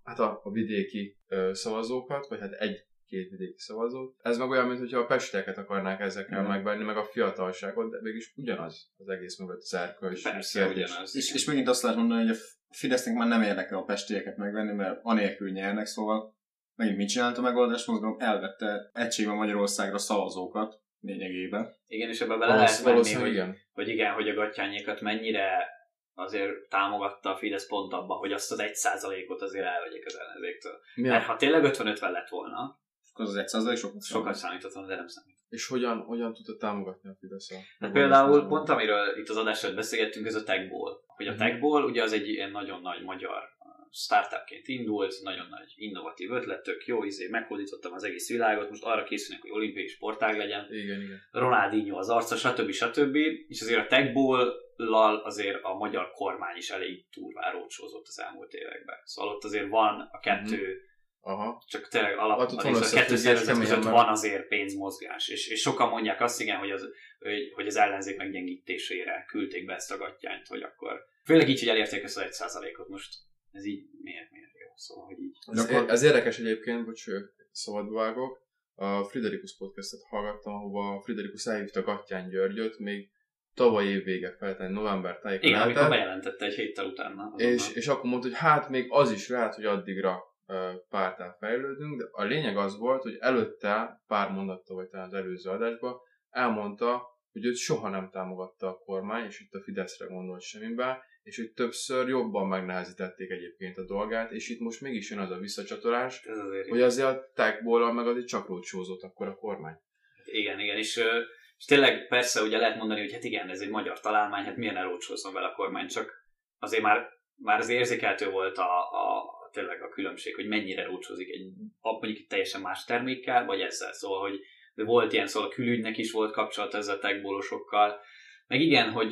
hát a vidéki szavazókat, vagy hát egy-két vidéki szavazót. Ez meg olyan, mintha a pestieket akarnák ezekkel megvenni, meg a fiatalságot, de mégis ugyanaz az egész mögött az erkölcs. Persze, ugyanaz. És megint azt lehet mondani, hogy a Fidesznek már nem érdekel a pestieket megvenni, mert anélkül nyernek, szóval megint mit csinált a megoldás mozgalom? Elvette egységben Magyarországra szavazókat lényegében. Igen, és ebben bele lehet menni, hogy a Gattyányékat mennyire azért támogatta a Fidesz pont abban, hogy azt az 1%-ot azért elvegyék az ellenzéktől. Mert ha tényleg 50-50 lett volna, akkor az 1% sokat számított volna, de nem számít. És hogyan tudta támogatni a Fidesz? Hát például pont amiről itt az adásról beszélgettünk, ez a Techball. Hogy a Techball ugye az egy ilyen nagyon nagy magyar startupként indult, nagyon nagy innovatív ötlet, tök jó, meghódítottam az egész világot, most arra készülnek, hogy olimpiai sportág legyen. Igen. Ronaldinho az arca, stb. És azért a Techball-lal azért a magyar kormány is elég durván rócsózott az elmúlt években. Szóval ott azért van a kettő, csak tényleg alapvetően a kettő szervezet között van azért pénzmozgás. És sokan mondják azt, igen, hogy az ellenzék meggyengítésére küldték be ezt a Gattyányt, hogy akkor főleg így, hogy elérték ezt az 1%-ot most. Ez így miért jó? Szóval, hogy így. Ez érdekes egyébként, szabadba vágok. A Friderikus podcastet hallgattam, ahova Friderikus elhívta Gattyán Györgyöt, még tavaly év vége feltétlenül november tájékon. Igen, amikor bejelentette egy héttel utána. És akkor mondta, hogy hát még az is lehet, hogy addigra pártán fejlődünk, de a lényeg az volt, hogy előtte pár mondattal, vagy talán az előző adásban elmondta, hogy őt soha nem támogatta a kormány, és itt a Fideszre gondolt semmiben, és hogy többször jobban megnehezítették egyébként a dolgát, és itt most mégis jön az a visszacsatolás, hogy azért a Techball-al meg azért csak rócsózott akkor a kormány. Igen, és tényleg persze ugye lehet mondani, hogy hát igen, ez egy magyar találmány, hát milyen elrócsózzon vele a kormány, csak azért már az érzékeltő volt tényleg a különbség, hogy mennyire rócsózik mondjuk egy teljesen más termékkel, vagy ezzel, szóval, hogy volt ilyen, szóval a külügynek is volt kapcsolata ezzel a techballosokkal, meg igen, hogy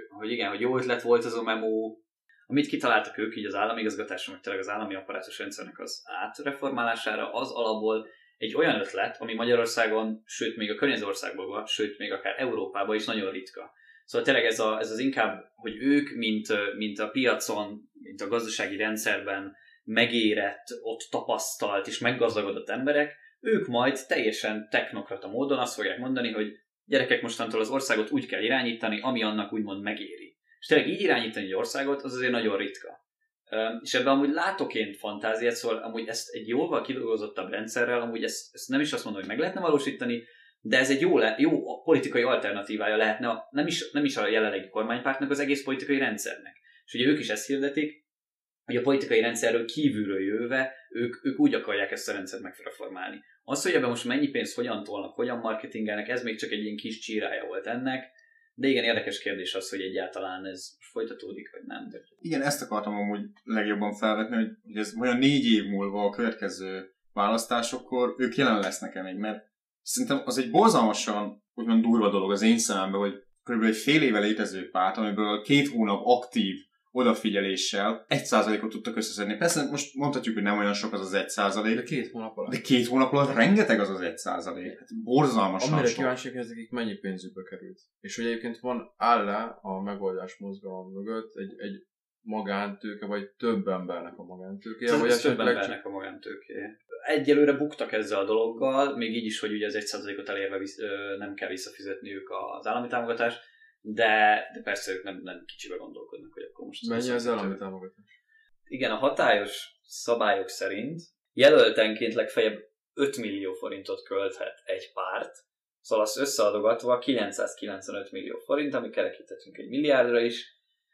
jó ötlet volt ez a memo, amit kitaláltak ők így az állami igazgatásra, meg tényleg az állami apparátus rendszernek az átreformálására, az alapból egy olyan ötlet, ami Magyarországon, sőt még a környező országban, sőt még akár Európában is nagyon ritka. Szóval tényleg ez az inkább, hogy ők, mint a piacon, mint a gazdasági rendszerben megérett, ott tapasztalt és meggazdagodott emberek, ők majd teljesen technokrata módon azt fogják mondani, hogy gyerekek, mostantól az országot úgy kell irányítani, ami annak úgymond megéri. És tényleg így irányítani egy országot, az azért nagyon ritka. És ebben amúgy látok én fantáziát, szóval amúgy ezt egy jóval kidolgozottabb rendszerrel, amúgy ezt nem is azt mondom, hogy meg lehetne valósítani, de ez egy jó politikai alternatívája lehetne, nem is a jelenlegi kormánypártnak, az egész politikai rendszernek. És ugye ők is ezt hirdetik, hogy a politikai rendszerről kívülről jöve ők úgy akarják ezt a rendszert megreformálni. Az, hogy ebben most mennyi pénzt hogyan tolnak, hogyan marketingelnek, ez még csak egy ilyen kis csírája volt ennek, de igen, érdekes kérdés az, hogy egyáltalán ez folytatódik, vagy nem. Igen, ezt akartam amúgy legjobban felvetni, hogy ez olyan 4 év múlva a következő választásokkor ők jelen lesznek-e még, mert szerintem az egy borzalmasan úgymond durva dolog az én szememben, hogy kb. Egy fél éve létező párt, amiből 2 hónap aktív odafigyeléssel 1%-ot tudtak összeszedni. Persze most mondhatjuk, hogy nem olyan sok az 1%. De 2 hónap alatt. De 2 hónap alatt rengeteg az 1%. Hát borzalmasan amire sok. kíváncsiak, hogy ezekik mennyi pénzükbe került. És hogy egyébként áll-e a megoldás mozgalom mögött egy magántőke, vagy több embernek a magántőkéje, vagy több embernek a magántőkéje. Egyelőre buktak ezzel a dologgal, még így is, hogy ugye az 1%-ot elérve nem kell visszafizetniük az állami támogatást, de persze ők nem kicsibe gondolkodnak, hogy akkor most... Mennyi az állami támogatás? Igen, a hatályos szabályok szerint jelöltenként legfeljebb 5 millió forintot költhet egy párt, szóval azt összeadogatva 995 millió forint, ami kerekíthetünk 1 milliárdra is.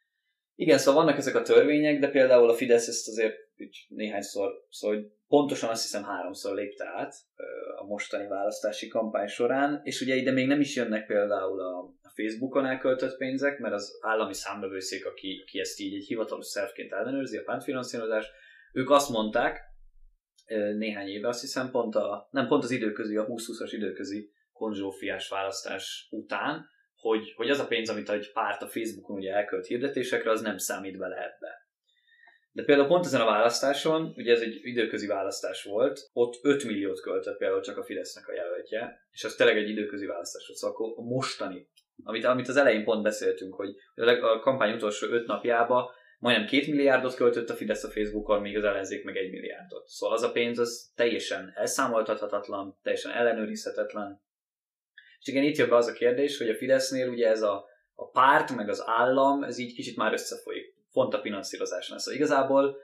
Igen, szóval vannak ezek a törvények, de például a Fidesz ezt azért néhányszor, szóval pontosan azt hiszem 3-szor lépte át a mostani választási kampány során, és ugye ide még nem is jönnek például a Facebookon elköltött pénzek, mert az állami számvevőszék, aki ezt így egy hivatalos szervként ellenőrzi, a pártfinanszírozás, ők azt mondták néhány éve, azt hiszem pont az időközi, a 2020-as időközi konzsófiás választás után, hogy az a pénz, amit egy párt a Facebookon ugye elkölt hirdetésekre, az nem számít bele ebbe. De például pont ezen a választáson, ugye ez egy időközi választás volt, ott 5 milliót költött például csak a Fidesznek a jelöltje, és az tényleg egy időközi választás volt, szóval akkor a mostani, amit az elején pont beszéltünk, hogy a kampány utolsó 5 napjában majdnem 2 milliárdot költött a Fidesz a Facebookon, míg az ellenzék meg 1 milliárdot. Szóval az a pénz az teljesen elszámoltathatatlan, teljesen ellenőrizhetetlen. És igen, itt jön be az a kérdés, hogy a Fidesznél ugye ez a párt, meg az állam, ez így kicsit már összefolyik. Font a finanszírozásnál. Szóval igazából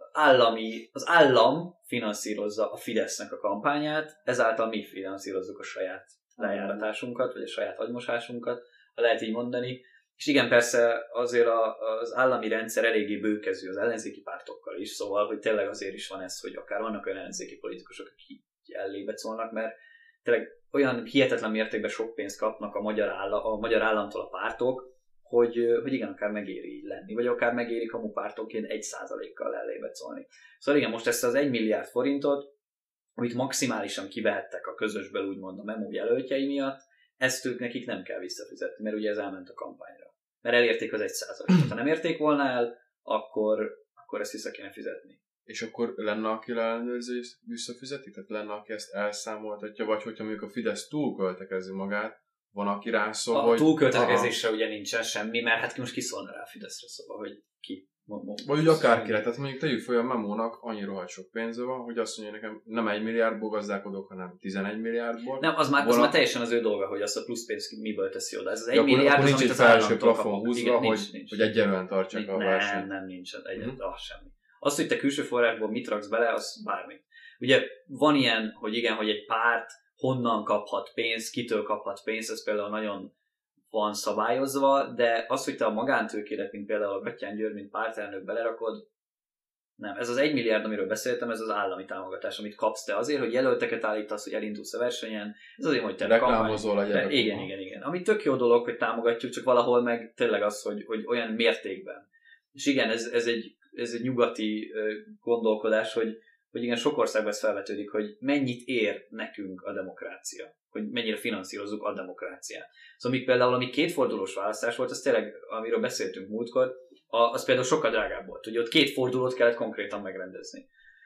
az állam finanszírozza a Fidesznek a kampányát, ezáltal mi finanszírozzuk a saját lejáratásunkat, vagy a saját agymosásunkat, ha lehet így mondani. És igen, persze azért az állami rendszer eléggé bőkezű az ellenzéki pártokkal is, szóval, hogy tényleg azért is van ez, hogy akár vannak olyan ellenzéki politikusok, akik ellébe szólnak, mert tényleg olyan hihetetlen mértékben sok pénzt kapnak a magyar államtól a pártok, hogy igen, akár megéri így lenni, vagy akár megéri kamupártonként 1%-kal ellébe szólni. Szóval igen, most ezt az 1 milliárd forintot, amit maximálisan kivehettek a közösből, úgymond a memó jelöltjei miatt, ezt ők nekik nem kell visszafizetni, mert ugye ez elment a kampányra. Mert elérték az 1%-ot. Ha nem érték volna el, akkor ezt vissza kéne fizetni. És akkor lenne, aki ellenőrző visszafizeti? Tehát lenne, aki ezt elszámoltatja? Vagy hogyha mondjuk a Fidesz túlköltekezi magát, van, aki rászól, a hogy... A túlköltekezésre ugye nincsen semmi, mert hát most kiszólna rá a Fideszre, szóval, hogy ki. Vagy úgy akárkire, tehát mondjuk tegyük fel, a memónak annyi rohadt sok pénze van, hogy azt mondja nekem, nem 1 milliárdból gazdálkodok, hanem 11 milliárdból. Nem, az már teljesen az ő dolga, hogy azt a plusz pénzt miből teszi oda. Ez az 1 milliárd, milliárd, az, amit az államtól államtól plafon kapok. húzva, Igen, hogy egyenlően tartsák a versenyt. Nem, nincsen. Semmi. Az, hogy te külső forrásból mit raksz bele, az bármi. Ugye van ilyen, hogy igen, hogy egy párt honnan kaphat pénzt, kitől kaphat pénzt, ez például nagyon van szabályozva, de az, hogy te a magántőkélet, mint például a Gattyán György, mint pártelnök belerakod, nem. Ez az 1 milliárd, amiről beszéltem, ez az állami támogatás, amit kapsz te azért, hogy jelölteket állítasz, hogy elindulsz a versenyen. Ez azért, hogy te reklámozol legyen. Igen. Ami tök jó dolog, hogy támogatjuk, csak valahol meg tényleg az, hogy olyan mértékben. És igen, ez egy nyugati gondolkodás, hogy igen, sok országban ez felvetődik, hogy mennyit ér nekünk a demokrácia, hogy mennyire finanszírozzuk a demokráciát. Szóval például, ami kétfordulós választás volt, az tényleg, amiről beszéltünk múltkor, az például sokkal drágább volt. Ugye ott 2 fordulót kellett konkrétan megrendezni.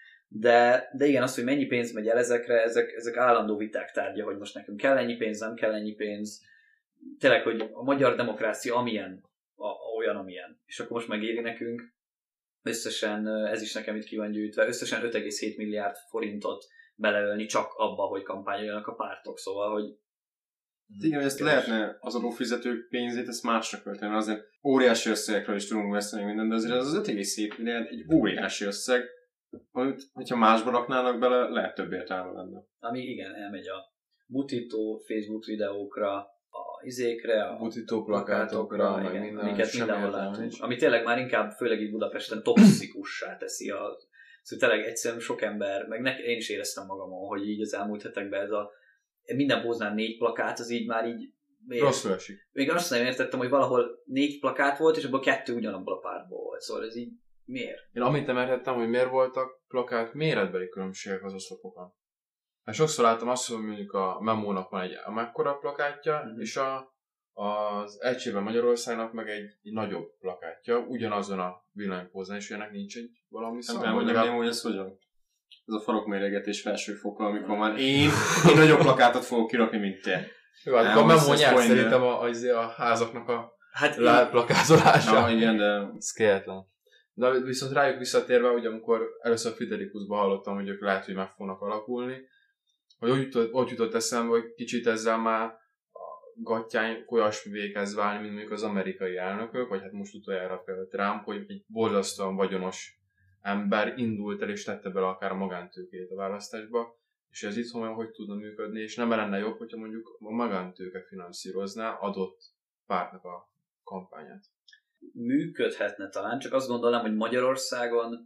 De igen, az, hogy mennyi pénz megy el ezekre, ezek állandó viták tárgya, hogy most nekünk kell ennyi pénz, nem kell ennyi pénz. Tényleg, hogy a magyar demokrácia amilyen, olyan, amilyen. És akkor most megéri nekünk összesen, ez is nekem itt ki van gyűjtve, összesen 5,7 milliárd forintot beleölni csak abba, hogy kampányoljanak a pártok. Szóval, hogy igen, hogy ezt lehetne az adófizetők pénzét, ezt másra költeni. Azért óriási összegekről is tudunk beszélni minden, de azért az 5,7 milliárd egy óriási összeg, amit, hogyha másba raknának bele, lehet több értelme lenne. Ami igen, elmegy a butító Facebook videókra, a izékre, a butító plakátokra, meg minden, amiket mindenhol látunk. Ami tényleg már inkább, főleg itt Budapesten toxikussá teszi szóval tényleg egyszerűen sok ember, meg én is éreztem magamon, hogy így az elmúlt hetekben ez minden póznán 4 plakát, az így már így... Rosszul esik. Még azt nem értettem, hogy valahol 4 plakát volt, és abból 2 ugyanabból a pártból volt. Szóval ez így miért? Én amit nem értettem, hogy miért voltak plakát méretbeli különbségek az oszlopokon. Hát sokszor láttam azt, hogy mondjuk a memónak van egy mekkora plakátja, és az Egységben Magyarországnak meg egy nagyobb plakátja, ugyanazon a villanypóznán, és ennek nincs egy valami szó. Nem mondjam, hogy ez hogyan? Ez a farokméregetés felső foka, amikor már én nagyobb plakátot fogok kirakni, mint te. Jó, hát a memó nyert szerintem a házaknak a plakázolása. Na, igen, de... Ez kérhetlen. De viszont rájuk visszatérve, hogy amikor először Friderikusban hallottam, hogy ők lehet, hogy meg fognak alakulni, hogy úgy jutott eszembe, hogy kicsit ezzel már a Gattyány olyasmivé kezd válni, mint mondjuk az amerikai elnökök, vagy hát most utoljára például Trump, hogy egy borzasztóan vagyonos ember indult el és tette bele akár a magántőkét a választásba, és ez itthon hogy tudna működni, és nem lenne jobb, hogyha mondjuk a magántőke finanszírozná adott pártnak a kampányát. Működhetne talán, csak azt gondolom, hogy Magyarországon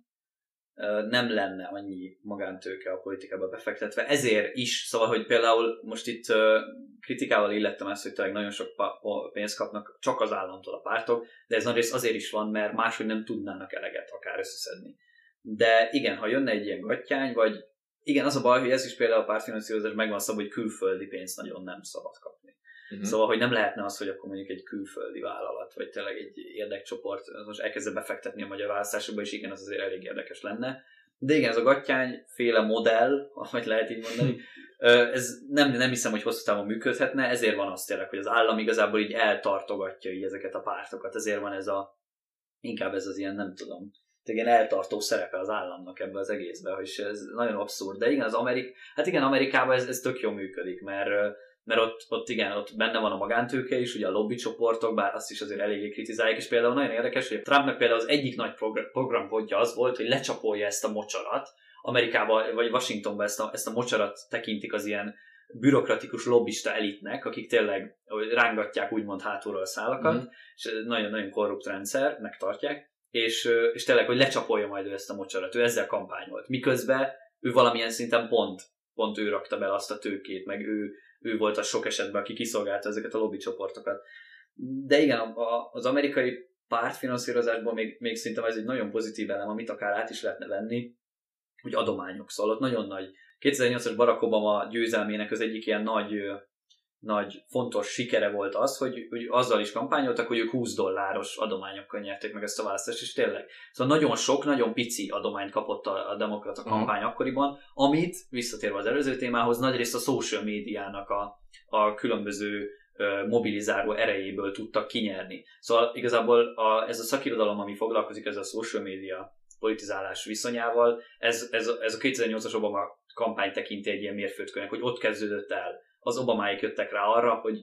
nem lenne annyi magántőke a politikába befektetve. Ezért is, szóval, hogy például most itt kritikával illettem ezt, hogy tényleg nagyon sok pénzt kapnak csak az államtól a pártok, de ez nagyrészt azért is van, mert máshogy nem tudnának eleget akár összeszedni. De igen, ha jönne egy ilyen Gattyány, vagy igen, az a baj, hogy ez is például a pártfinanszírozás megvan szabva, hogy külföldi pénzt nagyon nem szabad kapni. Szóval, hogy nem lehetne az, hogy akkor mondjuk egy külföldi vállalat, vagy tényleg egy érdekcsoport most elkezdve befektetni a magyar választásokba, és igen, az azért elég érdekes lenne. De igen, ez a Gattyány féle modell, ahogy lehet így mondani, ez nem hiszem, hogy hosszú távon működhetne, ezért van az tényleg, hogy az állam igazából így eltartogatja így ezeket a pártokat, ezért van ez a inkább ez az ilyen, nem tudom, ilyen eltartó szerepe az államnak ebbe az egészben, és ez nagyon abszurd. De igen, Amerikában ez tök jól működik, mert ott benne van a magántőke is, ugye a lobbycsoportok, bár azt is azért eléggé kritizálják, és például nagyon érdekes, hogy Trumpnak például az egyik nagy programpontja az volt, hogy lecsapolja ezt a mocsarat. Amerikában vagy Washingtonban ezt a mocsarat tekintik az ilyen bürokratikus lobbista elitnek, akik tényleg rángatják úgymond hátulról a szálakat, és nagyon-nagyon korrupt rendszernek tartják, és tényleg, hogy lecsapolja majd ő ezt a mocsarat. Ő ezzel kampányolt. Miközben ő valamilyen szinten pont ő rakta bele azt a tőkét, meg ő volt az sok esetben, aki kiszolgálta ezeket a lobbycsoportokat. De igen, az amerikai pártfinanszírozásban még szerintem ez egy nagyon pozitív elem, amit akár át is lehetne venni, hogy adományok. Szóval ott nagyon nagy 2008-as Barack Obama győzelmének az egyik ilyen nagy fontos sikere volt az, hogy azzal is kampányoltak, hogy ők $20 adományokkal nyerték meg ezt a választást, és tényleg. Szóval nagyon sok, nagyon pici adományt kapott a demokrata kampány akkoriban, amit, visszatérve az előző témához, nagyrészt a social médiának a különböző mobilizáló erejéből tudtak kinyerni. Szóval igazából ez a szakirodalom, ami foglalkozik ezzel a social media politizálás viszonyával, ez a 2008-as Obama kampány tekinti egy ilyen mérföldkőnek, hogy ott kezdődött el. Az Obamáik jöttek rá arra, hogy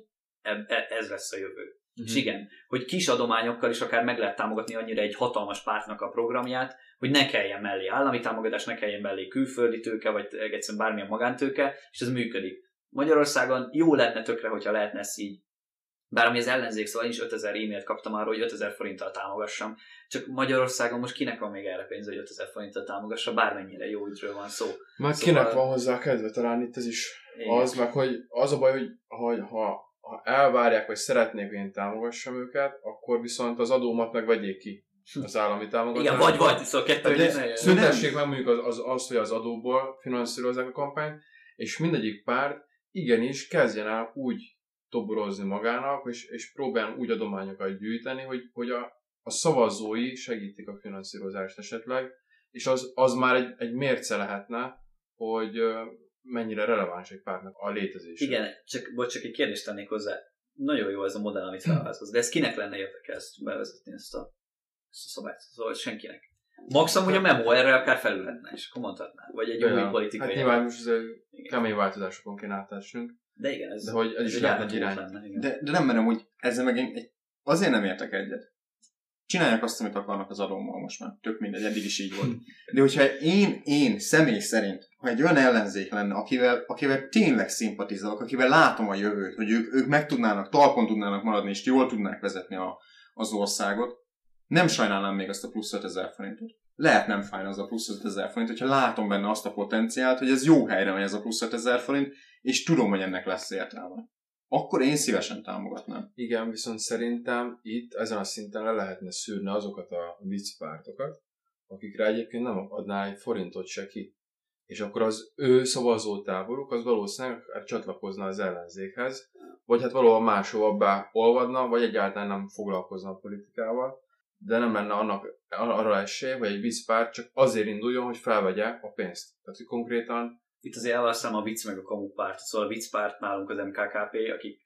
ez lesz a jövő. És igen, hogy kis adományokkal is akár meg lehet támogatni annyira egy hatalmas pártnak a programját, hogy ne kelljen mellé állami támogatás, ne kelljen mellé külföldi tőke, vagy egyszerűen bármilyen magántőke, és ez működik. Magyarországon jó lenne tökre, hogyha lehetne ezt így. Bár ami az ellenzék, szóval én is 5000 e-mailt kaptam arról, hogy 5000 forinttal támogassam. Csak Magyarországon most kinek van még erre pénz, hogy 5000 forinttal támogassa, bármennyire jó ügyről van szó. Már szóval... kinek van hozzá kedve, talán itt ez is igen. Az, meg hogy az a baj, hogy ha elvárják, vagy szeretnék, hogy én támogassam őket, akkor viszont az adómat meg vegyék ki az állami támogatást. Igen, vagy, szóval kettő. Szüntessék meg mondjuk az, hogy az adóból finanszírozzák a kampányt, és mindegyik párt igenis kezdjen el úgy toborozni magának, és próbáljon úgy adományokat gyűjteni, hogy a szavazói segítik a finanszírozást esetleg, és az már egy mérce lehetne, hogy mennyire releváns egy pártnak a létezése. Igen, csak egy kérdést tennék hozzá. Nagyon jó ez a modell, amit felvázolsz, de ez kinek lenne érdeke ezt bevezetni, ezt a szabályt? Szóval senkinek. Maximum, hogy a memo erre akár felülhetne, és akkor mondhatná. Vagy egy új politikai... Hát nyilván most kemény változásokon kéne átásnunk. De igen, ez is lehet egy irány. De nem merem, hogy ezzel meg azért nem értek egyet. Csinálják azt, amit akarnak az adómmal most már. Tök mindegy, eddig is így volt. De hogyha én személy szerint, ha egy olyan ellenzék lenne, akivel tényleg szimpatizálok, akivel látom a jövőt, hogy ők meg tudnának, talpon tudnának maradni, és jól tudnák vezetni az országot, nem sajnálnám még azt a plusz 5000 forintot. Lehet nem fájna az a plusz 5000 forint, hogyha látom benne azt a potenciált, hogy ez jó helyre megy ez a plusz 5000 forint, és tudom, hogy ennek lesz értelme. Akkor én szívesen támogatnám. Igen, viszont szerintem itt ezen a szinten le lehetne szűrni azokat a viccpártokat, akikre egyébként nem adná egy forintot se ki. És akkor az ő szavazótáboruk az valószínűleg csatlakozna az ellenzékhez, vagy hát valahol máshova beolvadna, vagy egyáltalán nem foglalkozna a politikával, de nem lenne arra esély, hogy egy viccpárt csak azért induljon, hogy felvegye a pénzt. Tehát, hogy konkrétan... Itt azért elválasztom a vicc meg a kamupárt. Szóval a viccpárt nálunk az MKKP,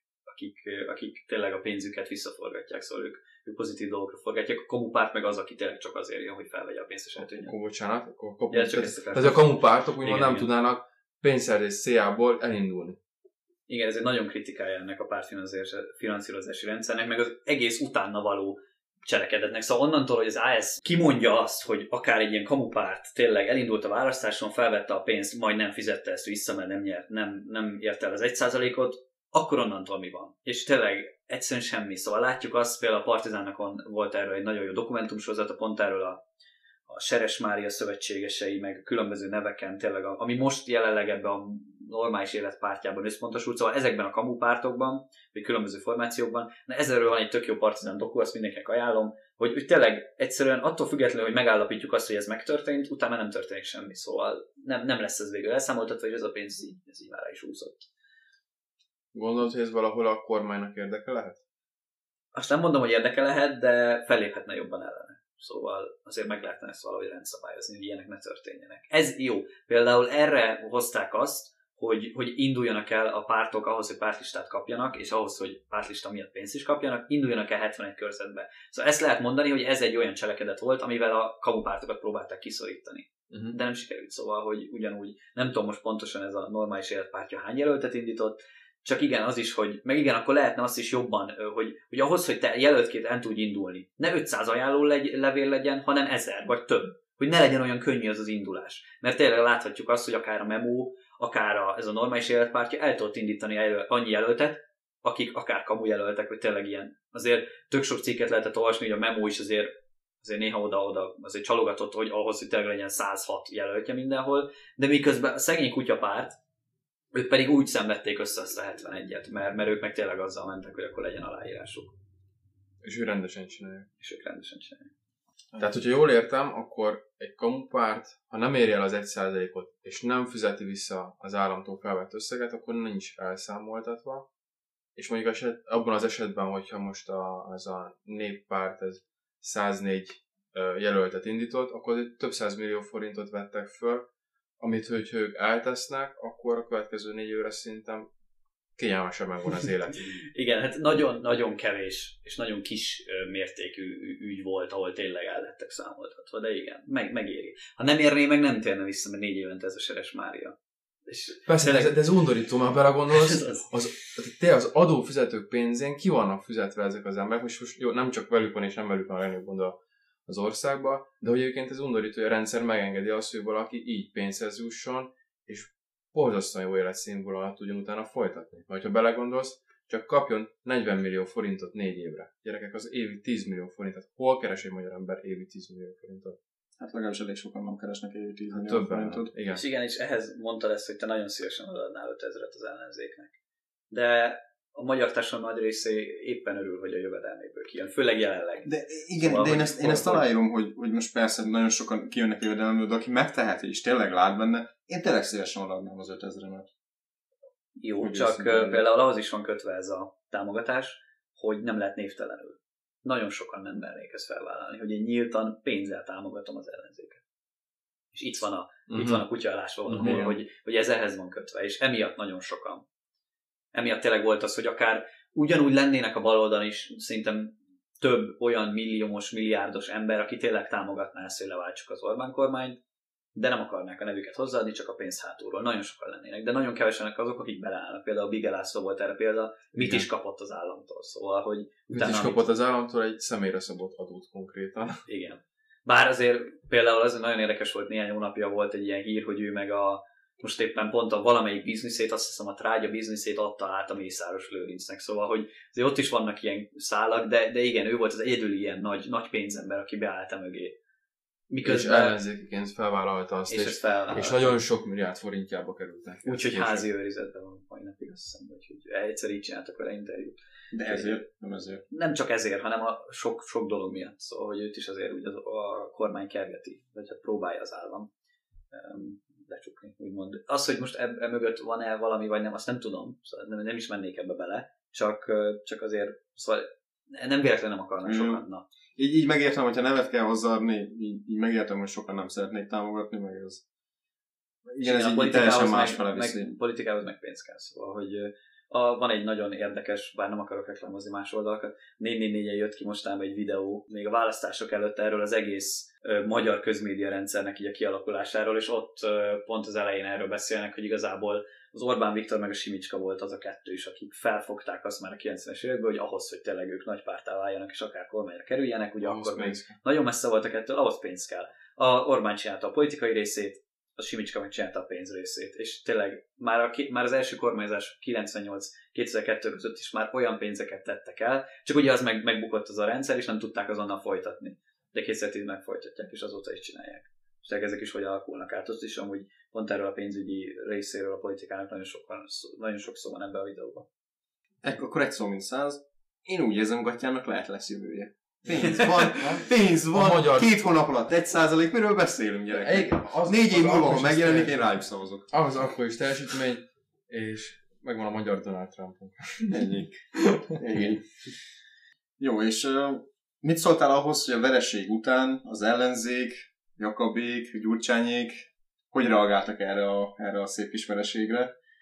akik tényleg a pénzüket visszaforgatják, szóval ők pozitív dolgokra forgatják. A kamupárt meg az, aki tényleg csak azért jön, hogy felvegye a pénzt és eltűnjön. Akkor bocsánat. Tehát a kamupártok úgymond nem tudnának pénzszerzés céljából elindulni. Igen, ez egy nagyon kritikája ennek a pártfinanszírozási rendszernek, meg az egész utána való cselekedetnek. Szóval onnantól, hogy az AS kimondja azt, hogy akár egy ilyen kamupárt tényleg elindult a választáson, felvette a pénzt, majd nem fizette ezt vissza, mert nem nyert, nem ért el az 1%-ot, akkor onnantól mi van? És tényleg egyszerűen semmi. Szóval látjuk azt, például a Partizánnak volt erről egy nagyon jó dokumentumsorozata, pont erről a Seres Mária szövetségesei, meg különböző neveken, tényleg, ami most jelenleg ebben a normális életpártjában összpontosult, szóval ezekben a kamupártokban, vagy különböző formációkban, ezerről van egy tök jó Partizán doku, azt mindenkinek ajánlom, hogy tényleg egyszerűen attól függetlenül, hogy megállapítjuk azt, hogy ez megtörtént, utána nem történik semmi, szóval nem lesz ez végül elszámoltatva, hogy ez a pénz így már is úszott. Gondolod, hogy ez valahol a kormánynak érdeke lehet? Azt nem mondom, hogy érdeke lehet, de felléphetne jobban ellene. Szóval azért meg lehetne ezt valahogy rendszabályozni, hogy ilyenek ne történjenek. Ez jó. Például erre hozták azt, hogy induljanak el a pártok ahhoz, hogy pártlistát kapjanak, és ahhoz, hogy pártlista miatt pénzt is kapjanak, induljanak el 71 körzetbe. Szóval ezt lehet mondani, hogy ez egy olyan cselekedet volt, amivel a kamupártokat próbálták kiszorítani. De nem sikerült, szóval, hogy ugyanúgy, nem tudom most pontosan ez a normális életpártja hány jelöltet indított, csak igen, az is, hogy, meg igen, akkor lehetne azt is jobban, hogy ahhoz, hogy te jelöltként el tudj indulni, ne 500 ajánló levél legyen, hanem 1000 vagy több. Hogy ne legyen olyan könnyű az indulás. Mert tényleg láthatjuk azt, hogy akár a Memo, akár ez a normális életpártya el tudott indítani annyi jelöltet, akik akár kamu jelöltek, vagy tényleg ilyen. Azért tök sok cikket lehetett olvasni, hogy a Memo is azért néha oda-oda azért csalogatott, hogy ahhoz, hogy tényleg legyen 106 jelöltje mindenhol, de miközben a szegény kutyapárt, ők pedig úgy szenvedték össze azt a 71-et, mert ők meg tényleg azzal mentek, hogy akkor legyen aláírásuk. És ő rendesen csinálja. Tehát, hogyha jól értem, akkor egy kamupárt, ha nem éri el az 1%-ot, és nem fizeti vissza az államtól felvett összeget, akkor nincs elszámoltatva. És mondjuk abban az esetben, hogyha most az a néppárt ez 104 jelöltet indított, akkor több 100 millió forintot vettek föl, amit, hogy ők eltesznek, akkor a következő 4 évre szerintem kényelmesen megvan az élet. Igen, hát nagyon-nagyon kevés és nagyon kis mértékű ügy volt, ahol tényleg el lettek számoltatva, de igen, megéri. Ha nem érné, meg nem térne vissza, mert 4 évente ez a Seres Mária. És persze, tényleg... de ez undorító, mert belegondolsz, az adófizetők pénzén ki vannak fizetve ezek az emberek, most jó, nem csak velük van és nem velük van a legnagyobb gond az országban, de hogy egyébként ez undorító, hogy a rendszer megengedi azt, hogy valaki így pénzhez jusson, és borzasztóan jó életszínvonalat tudjon utána folytatni. Vagy ha belegondolsz, csak kapjon 40 millió forintot 4 évre. Gyerekek, az évi 10 millió forintot. Hol keres egy magyar ember évi 10 millió forintot? Hát legalábbis elég sokan nem keresnek évi 10 millió forintot. Igen. És igen, és ehhez mondta ezt, hogy te nagyon szívesen odaadnál 5000-et az ellenzéknek. De a magyar társadalom nagy része éppen örül, hogy a jövedelméből kijön, főleg jelenleg. De igen, szóval, de én ezt aláírom, hogy most persze nagyon sokan kijönnek jövedelméből, de aki megteheti és tényleg lát benne, én tényleg szívesen odaadnám az 5000-et. Jó, hogy csak például ahhoz is van kötve ez a támogatás, hogy nem lehet névtelenül. Nagyon sokan nem mernék ezt felvállalni, hogy én nyíltan pénzzel támogatom az ellenzéket. És itt van a kutyaállásva valahol, hogy ez ehhez van kötve, és emiatt nagyon sokan. Emiatt tényleg volt az, hogy akár ugyanúgy lennének a baloldalon is szerintem több olyan milliómos, milliárdos ember, aki tényleg támogatná ezt, hogy leváltsuk az Orbán kormányt, de nem akarnák a nevüket hozzáadni, csak a pénz hátulról. Nagyon sokan lennének, de nagyon kevesenek azok, akik beleállnak. Például Bige László volt erre példa, mit is kapott az államtól. Szóval, hogy mit is kapott az államtól? Egy személyre szabott adót konkrétan. Igen. Bár azért például az nagyon érdekes volt, néhány hónapja volt egy ilyen hír, hogy ő meg most éppen pont a valamelyik bizniszét, azt hiszem a trágya bizniszét adta át a Mészáros Lőrincnek. Szóval, hogy azért ott is vannak ilyen szálak, de igen, ő volt az egyedüli ilyen nagy pénzember, aki beállt mögé. Miközben... És ellenzékiként felvállalta azt, és nagyon sok milliárd forintjába kerültek. Úgyhogy házi őrizetben van mai napig, azt hiszem, hogy egyszer így csináltak vele interjút. De ezért? Nem ezért? Nem csak ezért, hanem a sok dolog miatt. Szóval, hogy őt is azért úgy a kormány kergeti, vagy hát próbálja az állam lecsukni, úgymond. Az, hogy most mögött van-e valami, vagy nem, azt nem tudom. Szóval nem is mennék ebbe bele. Csak azért, szóval nem véletlenül nem akarnak sokan. Na. Így megértem, hogyha nevet kell hozzáadni, így megértem, hogy sokan nem szeretnék támogatni, meg ez... Igen, ez így teljesen másfele viszi. Politikához meg pénz kell, szóval, hogy van egy nagyon érdekes, bár nem akarok reklámozni más oldalakat, 444-en jött ki mostában egy videó, még a választások előtt erről az egész magyar közmédia rendszernek így a kialakulásáról, és ott pont az elején erről beszélnek, hogy igazából az Orbán Viktor meg a Simicska volt az a kettő is, akik felfogták azt már a 90-es évekből, hogy ahhoz, hogy tényleg ők nagy párttá váljanak, és akár kormányra kerüljenek, ugye ahhoz akkor még nagyon messze volt a kettő, ahhoz pénz kell. A Orbán csinálta a politikai részét, a Simicska meg csinálta a pénz részét, és tényleg már az első kormányzás 98-2002 között is már olyan pénzeket tettek el, csak ugye az megbukott az a rendszer, és nem tudták azonnal folytatni. De 2010-ben folytatják, és azóta is csinálják. És ezek is hogy alakulnak át. Azt is amúgy pont erről a pénzügyi részéről a politikának nagyon sok szó van ebben a videóban. Akkor egy szó mint 100. Én úgy érzem, Gattyának lesz jövője. Pénz van, magyar... 2 hónap alatt 1%, miről beszélünk, gyerekek? 4 év múlva, ha megjelenik, én rájuk szavazok. Az akkor is teljesítmény, és megvan a magyar Donald Trumpunk. Ennyi. Jó, és mit szóltál ahhoz, hogy a vereség után az ellenzék, Jakabék, Gyurcsányék hogy reagáltak erre a szép kis vereségre?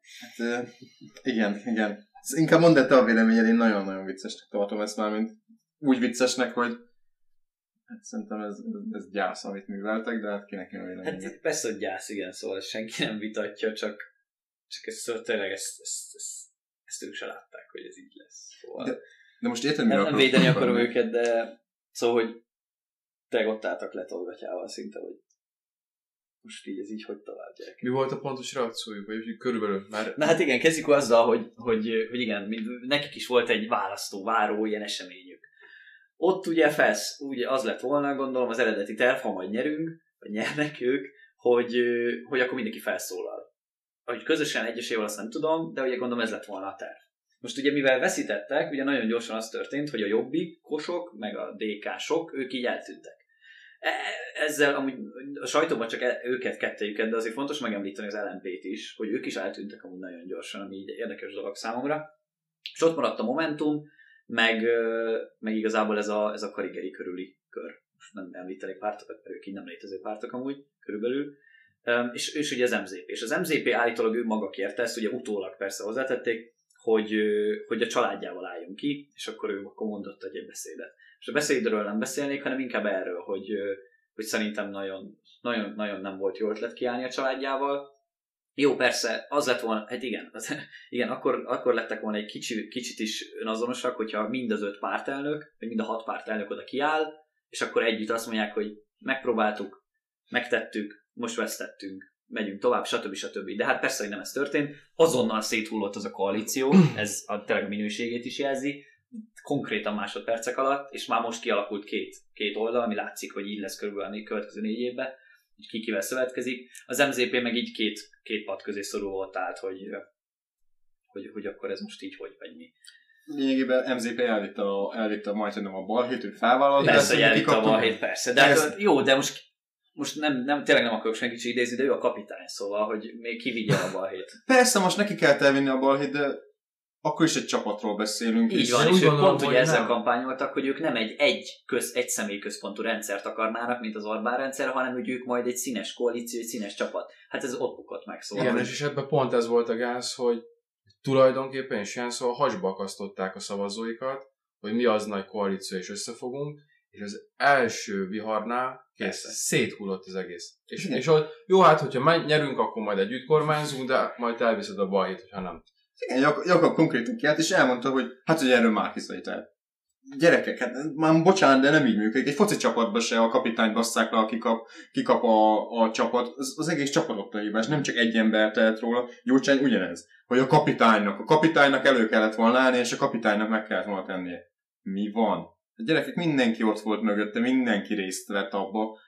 Hát, igen. Inkább mondd el te a véleményed, én nagyon-nagyon viccesnek tartom ezt már, mint úgy viccesnek, hogy hát szerintem ez gyász, amit műveltek, de hát kinek jön a véleménye. Hát persze, hogy gyász, igen, szóval ezt senki nem vitatja, csak ezt szóval tényleg ezt ők se látták, hogy ez így lesz. Szóval De most érted, nem védeni akarom őket, de szóval, hogy tényleg ott álltak letolgatjával szinte, hogy most így ez így hogy tovább, gyerek. Mi volt a pontos reakciójuk, vagy körülbelül már... Na hát igen, kezdjük azzal, hogy igen, nekik is volt egy választó-váró ilyen eseményük. Ott ugye ugye az lett volna, gondolom az eredeti terv, ha majd nyerünk, vagy nyernek ők, hogy akkor mindenki felszólal. Hogy közösen egyesével azt nem tudom, de ugye gondolom ez lett volna a terv. Most ugye mivel veszítettek, ugye nagyon gyorsan az történt, hogy a jobbikosok, meg a DK-sok, ők így eltűntek. Ezzel amúgy a sajtóban csak őket, kettejüket, de azért fontos megemlíteni az LMP-t is, hogy ők is eltűntek amúgy nagyon gyorsan, ami így érdekes dolog számomra. És ott maradt a Momentum, meg igazából ez a Karigeri körüli kör. Most nem említenék pártokat, mert ők így nem létező pártok amúgy, körülbelül. És ugye az MZP. És az MZP állítólag ő maga kérte ezt, ugye utólag persze hozzátették, hogy a családjával álljunk ki, és akkor ő akkor mondott egy beszédet. És a beszédről nem beszélnék, hanem inkább erről, hogy szerintem nagyon nem volt jó ötlet kiállni a családjával. Jó, persze, az lett volna, hát igen, akkor lettek volna egy kicsit is önazonosak, hogyha mind az 5 pártelnök, vagy mind a 6 pártelnök oda kiáll, és akkor együtt azt mondják, hogy megpróbáltuk, megtettük, most vesztettünk, megyünk tovább, stb. De hát persze, hogy nem ez történt. Azonnal széthullott az a koalíció, ez tényleg a minőségét is jelzi, konkrétan másodpercek alatt, és már most kialakult két oldal, ami látszik, hogy így lesz körülbelül a következő 4 évben, így kivel szövetkezik. Az MZP meg így két pad közé szorulva állt, hogy akkor ez most így hogy vagy mi. Lényegében MZP elvitte majdnem a balhét, ő felvállalta. Persze, hogy elvitte a balhét, persze. De hát, jó, de most nem, tényleg nem akarok senkit sem idézni, de ő a kapitány, szóval, hogy még kivigye a balhét. Persze, most neki kell elvinni a balhét, de akkor is egy csapatról beszélünk. Így van, és ők pont ugye ezzel kampányoltak, hogy ők nem egy személyközpontú rendszert akarnának, mint az Orbán rendszer, hanem hogy ők majd egy színes koalíció, egy színes csapat. Hát ez ott bukott meg, szóval. Igen, és ebben pont ez volt a gáz, hogy tulajdonképpen is ilyen szóval hasba akasztották a szavazóikat, hogy mi az nagy koalíció és összefogunk, és az első viharnál széthullott az egész. És ott, jó, hát, hogyha nyerünk, akkor majd együtt kormányzunk, de majd elviszed a balhét, hogyha nem. Igen, Jakab konkrétan kiállt, és elmondta, hogy hát, hogy erről már kiszólítál. Gyerekek, hát már bocsánat, de nem így működik. Egy foci csapatban se a kapitányt basszák le, kikap a csapat. Az egész csapatot a hibás, nem csak egy ember tehet róla. Gyurcsány ugyanez, hogy a kapitánynak elő kellett volna állni, és a kapitánynak meg kellett volna tennie. Mi van? A gyerekek, mindenki ott volt mögötte, mindenki részt vett abba.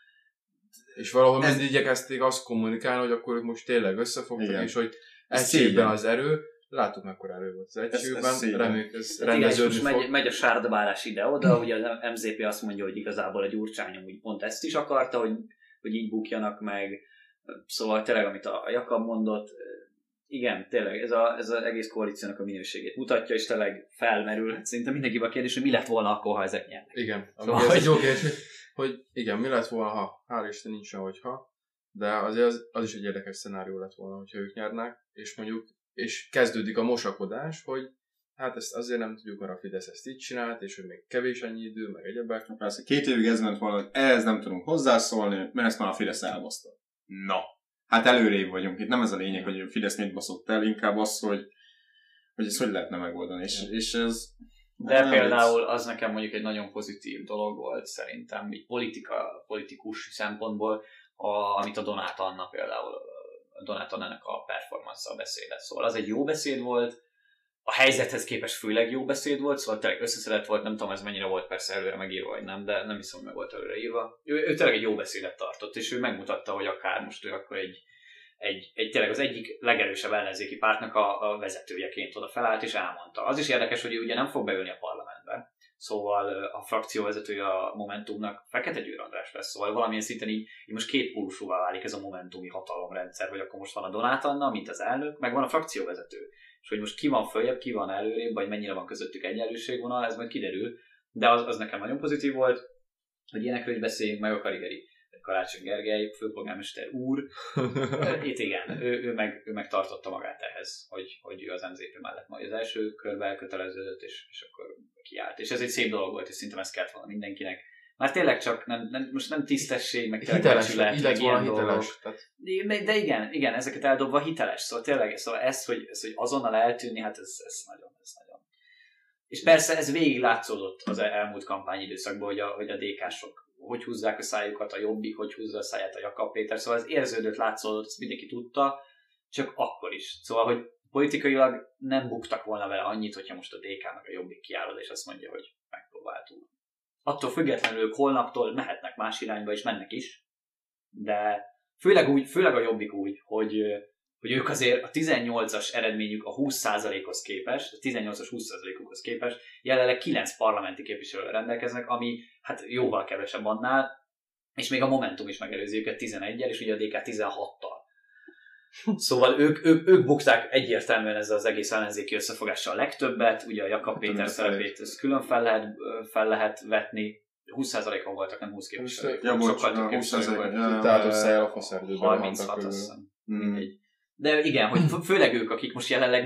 És valahol mindig igyekezték azt kommunikálni, hogy akkor ők most tényleg összefogtak, és hogy egységben az erő. Láttuk, mekkora erő volt az egységben, reméljük ez rendeződni fog. Most megy a sárdabálás ide-oda, ugye az MZP azt mondja, hogy igazából a Gyurcsány úgy pont ezt is akarta, hogy így bukjanak meg. Szóval tényleg, amit a Jakab mondott, igen, tényleg ez az egész koalíciónak a minőségét mutatja, és tényleg felmerül szinte mindenkiben a kérdés, hogy mi lett volna akkor, ha ezek nyernek. Igen, szóval ez egy jó kérdés, hogy igen, mi lett volna, ha, hál' Isten nincsen, hogyha, de azért az is egy érdekes szenárió lett volna, hogyha ők nyernek, és mondjuk és kezdődik a mosakodás, hogy hát ezt azért nem tudjuk, mert a Fidesz ezt így csinált, és hogy még kevés annyi idő, meg egyebek. Persze, 2 évig ez ment volna, hogy ehhez nem tudunk hozzászólni, mert ezt már a Fidesz elbaszta. Na, hát előrébb vagyunk. Itt nem ez a lényeg, hogy a Fidesz mit baszott el, inkább az, hogy ezt hogy lehetne megoldani. És ez... De például az nekem mondjuk egy nagyon pozitív dolog volt szerintem, így politikus szempontból, amit a Donát Anna például Donát Annának a performance-a beszédet. Szóval az egy jó beszéd volt, a helyzethez képest főleg jó beszéd volt, szóval tényleg összeszedett volt, nem tudom ez mennyire volt persze előre megírva, vagy nem, de nem hiszem, hogy meg volt előre írva. Ő tényleg egy jó beszédet tartott, és ő megmutatta, hogy akár most ő akkor egy tényleg az egyik legerősebb ellenzéki pártnak a vezetőjeként oda felállt, és elmondta. Az is érdekes, hogy ő ugye nem fog beülni a parlamentbe, szóval a frakcióvezetője a Momentumnak Fekete Győr András lesz, szóval valamilyen szinten így most kétpólusúvá válik ez a momentumi hatalomrendszer, hogy akkor most van a Donát Anna, mint az elnök, meg van a frakcióvezető. És hogy most ki van följebb, ki van előrébb, vagy mennyire van közöttük egyenlőségvonal, ez majd kiderül, de az nekem nagyon pozitív volt, hogy ilyenekről is beszéljünk, meg a Karigeri. Karácsony Gergely, főpolgármester úr, itt igen, ő meg tartotta magát ehhez, hogy ő az MZP mellett majd az első körbe elköteleződött, és akkor kiállt. És ez egy szép dolog volt, és szerintem ez kellett volna mindenkinek. Már tényleg csak most nem tisztesség, meg hiteles, hiteles. De igen, ezeket eldobva hiteles. Szóval tényleg ez, hogy azonnal eltűnni, hát ez nagyon. És persze ez végig látszódott az elmúlt kampányidőszakban, hogy a DK-sok hogy húzzák a szájukat, a Jobbik, hogy húzza a száját a Jakab Péter, szóval ez érződött, látszódott, ezt mindenki tudta, csak akkor is. Szóval, hogy politikailag nem buktak volna vele annyit, hogyha most a DK meg a Jobbik kiállod, és azt mondja, hogy megpróbáltuk. Attól függetlenül ők holnaptól mehetnek más irányba, és mennek is, de főleg a Jobbik úgy, hogy ők azért a 18-as eredményük a 20%-hoz képest, a 18-as 20%-hoz képest jelenleg 9 parlamenti képviselővel rendelkeznek, ami hát jóval kevesebb annál, és még a Momentum is megelőzi őket 11-el, és ugye a DK 16-tal. Szóval ők bukták egyértelműen ezzel az egész ellenzéki összefogással a legtöbbet, ugye a Jakab Péter szerepét ezt külön fel lehet vetni, 20%-on voltak, nem 20 képviselők. Sokkal több képviselők voltak. Tehát összejel a faszerdőben 36, azt hiszem. Mindegy. De igen, hogy főleg ők, akik most jelenleg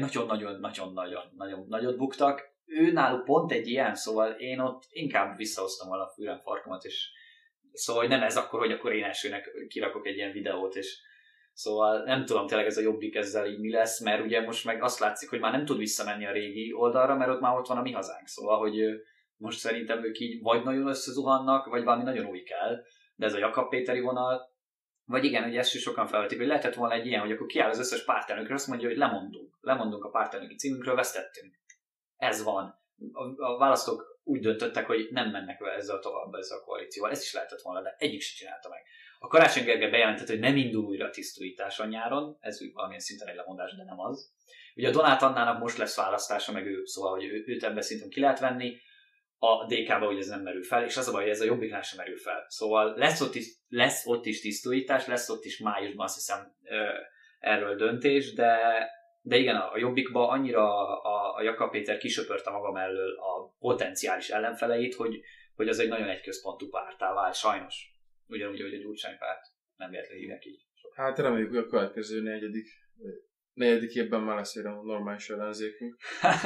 nagyon nagyot buktak, ő náluk pont egy ilyen, szóval én ott inkább visszahoztam volna a fűrem farkomat, és szóval nem ez akkor, hogy akkor én elsőnek kirakok egy ilyen videót, és szóval nem tudom tényleg ez a Jobbik ezzel így mi lesz, mert ugye most meg azt látszik, hogy már nem tud visszamenni a régi oldalra, mert ott van a mi hazánk, szóval, hogy most szerintem ők így vagy nagyon összezuhannak, vagy valami nagyon új kell, de ez a Jakab Péteri vonal, vagy igen, hogy ezt is sokan felvetik, hogy lehetett volna egy ilyen, hogy akkor kiáll az összes pártelnökről, azt mondja, hogy lemondunk a pártelnöki címünkről, vesztettünk. Ez van. A választók úgy döntöttek, hogy nem mennek vele ezzel tovább, ezzel a koalícióval. Ezt is lehetett volna, de egyik se csinálta meg. A Karácsony Gergely bejelentett, hogy nem indul újra a tisztújítás a nyáron, ez úgy valamilyen szinten egy lemondás, de nem az. Ugye a Donát Annának most lesz választása, meg ő, szóval, hogy őt ebben szinten ki lehet venni, a DK-ba ugye ez nem merül fel, és az a baj, hogy ez a Jobbiknál sem merül fel. Szóval lesz ott is tisztújítás, lesz ott is májusban, azt hiszem erről döntés, de igen, a Jobbikba annyira a Jakab Péter kisöpörte maga mellől a potenciális ellenfeleit, hogy az egy nagyon egyközpontú párttá vált, sajnos. Ugyanúgy, hogy a Gyurcsány párt, nem véletlenül hívják így. Hát reméljük, hogy a következő negyedik évben már lesz egy normális ellenzékünk.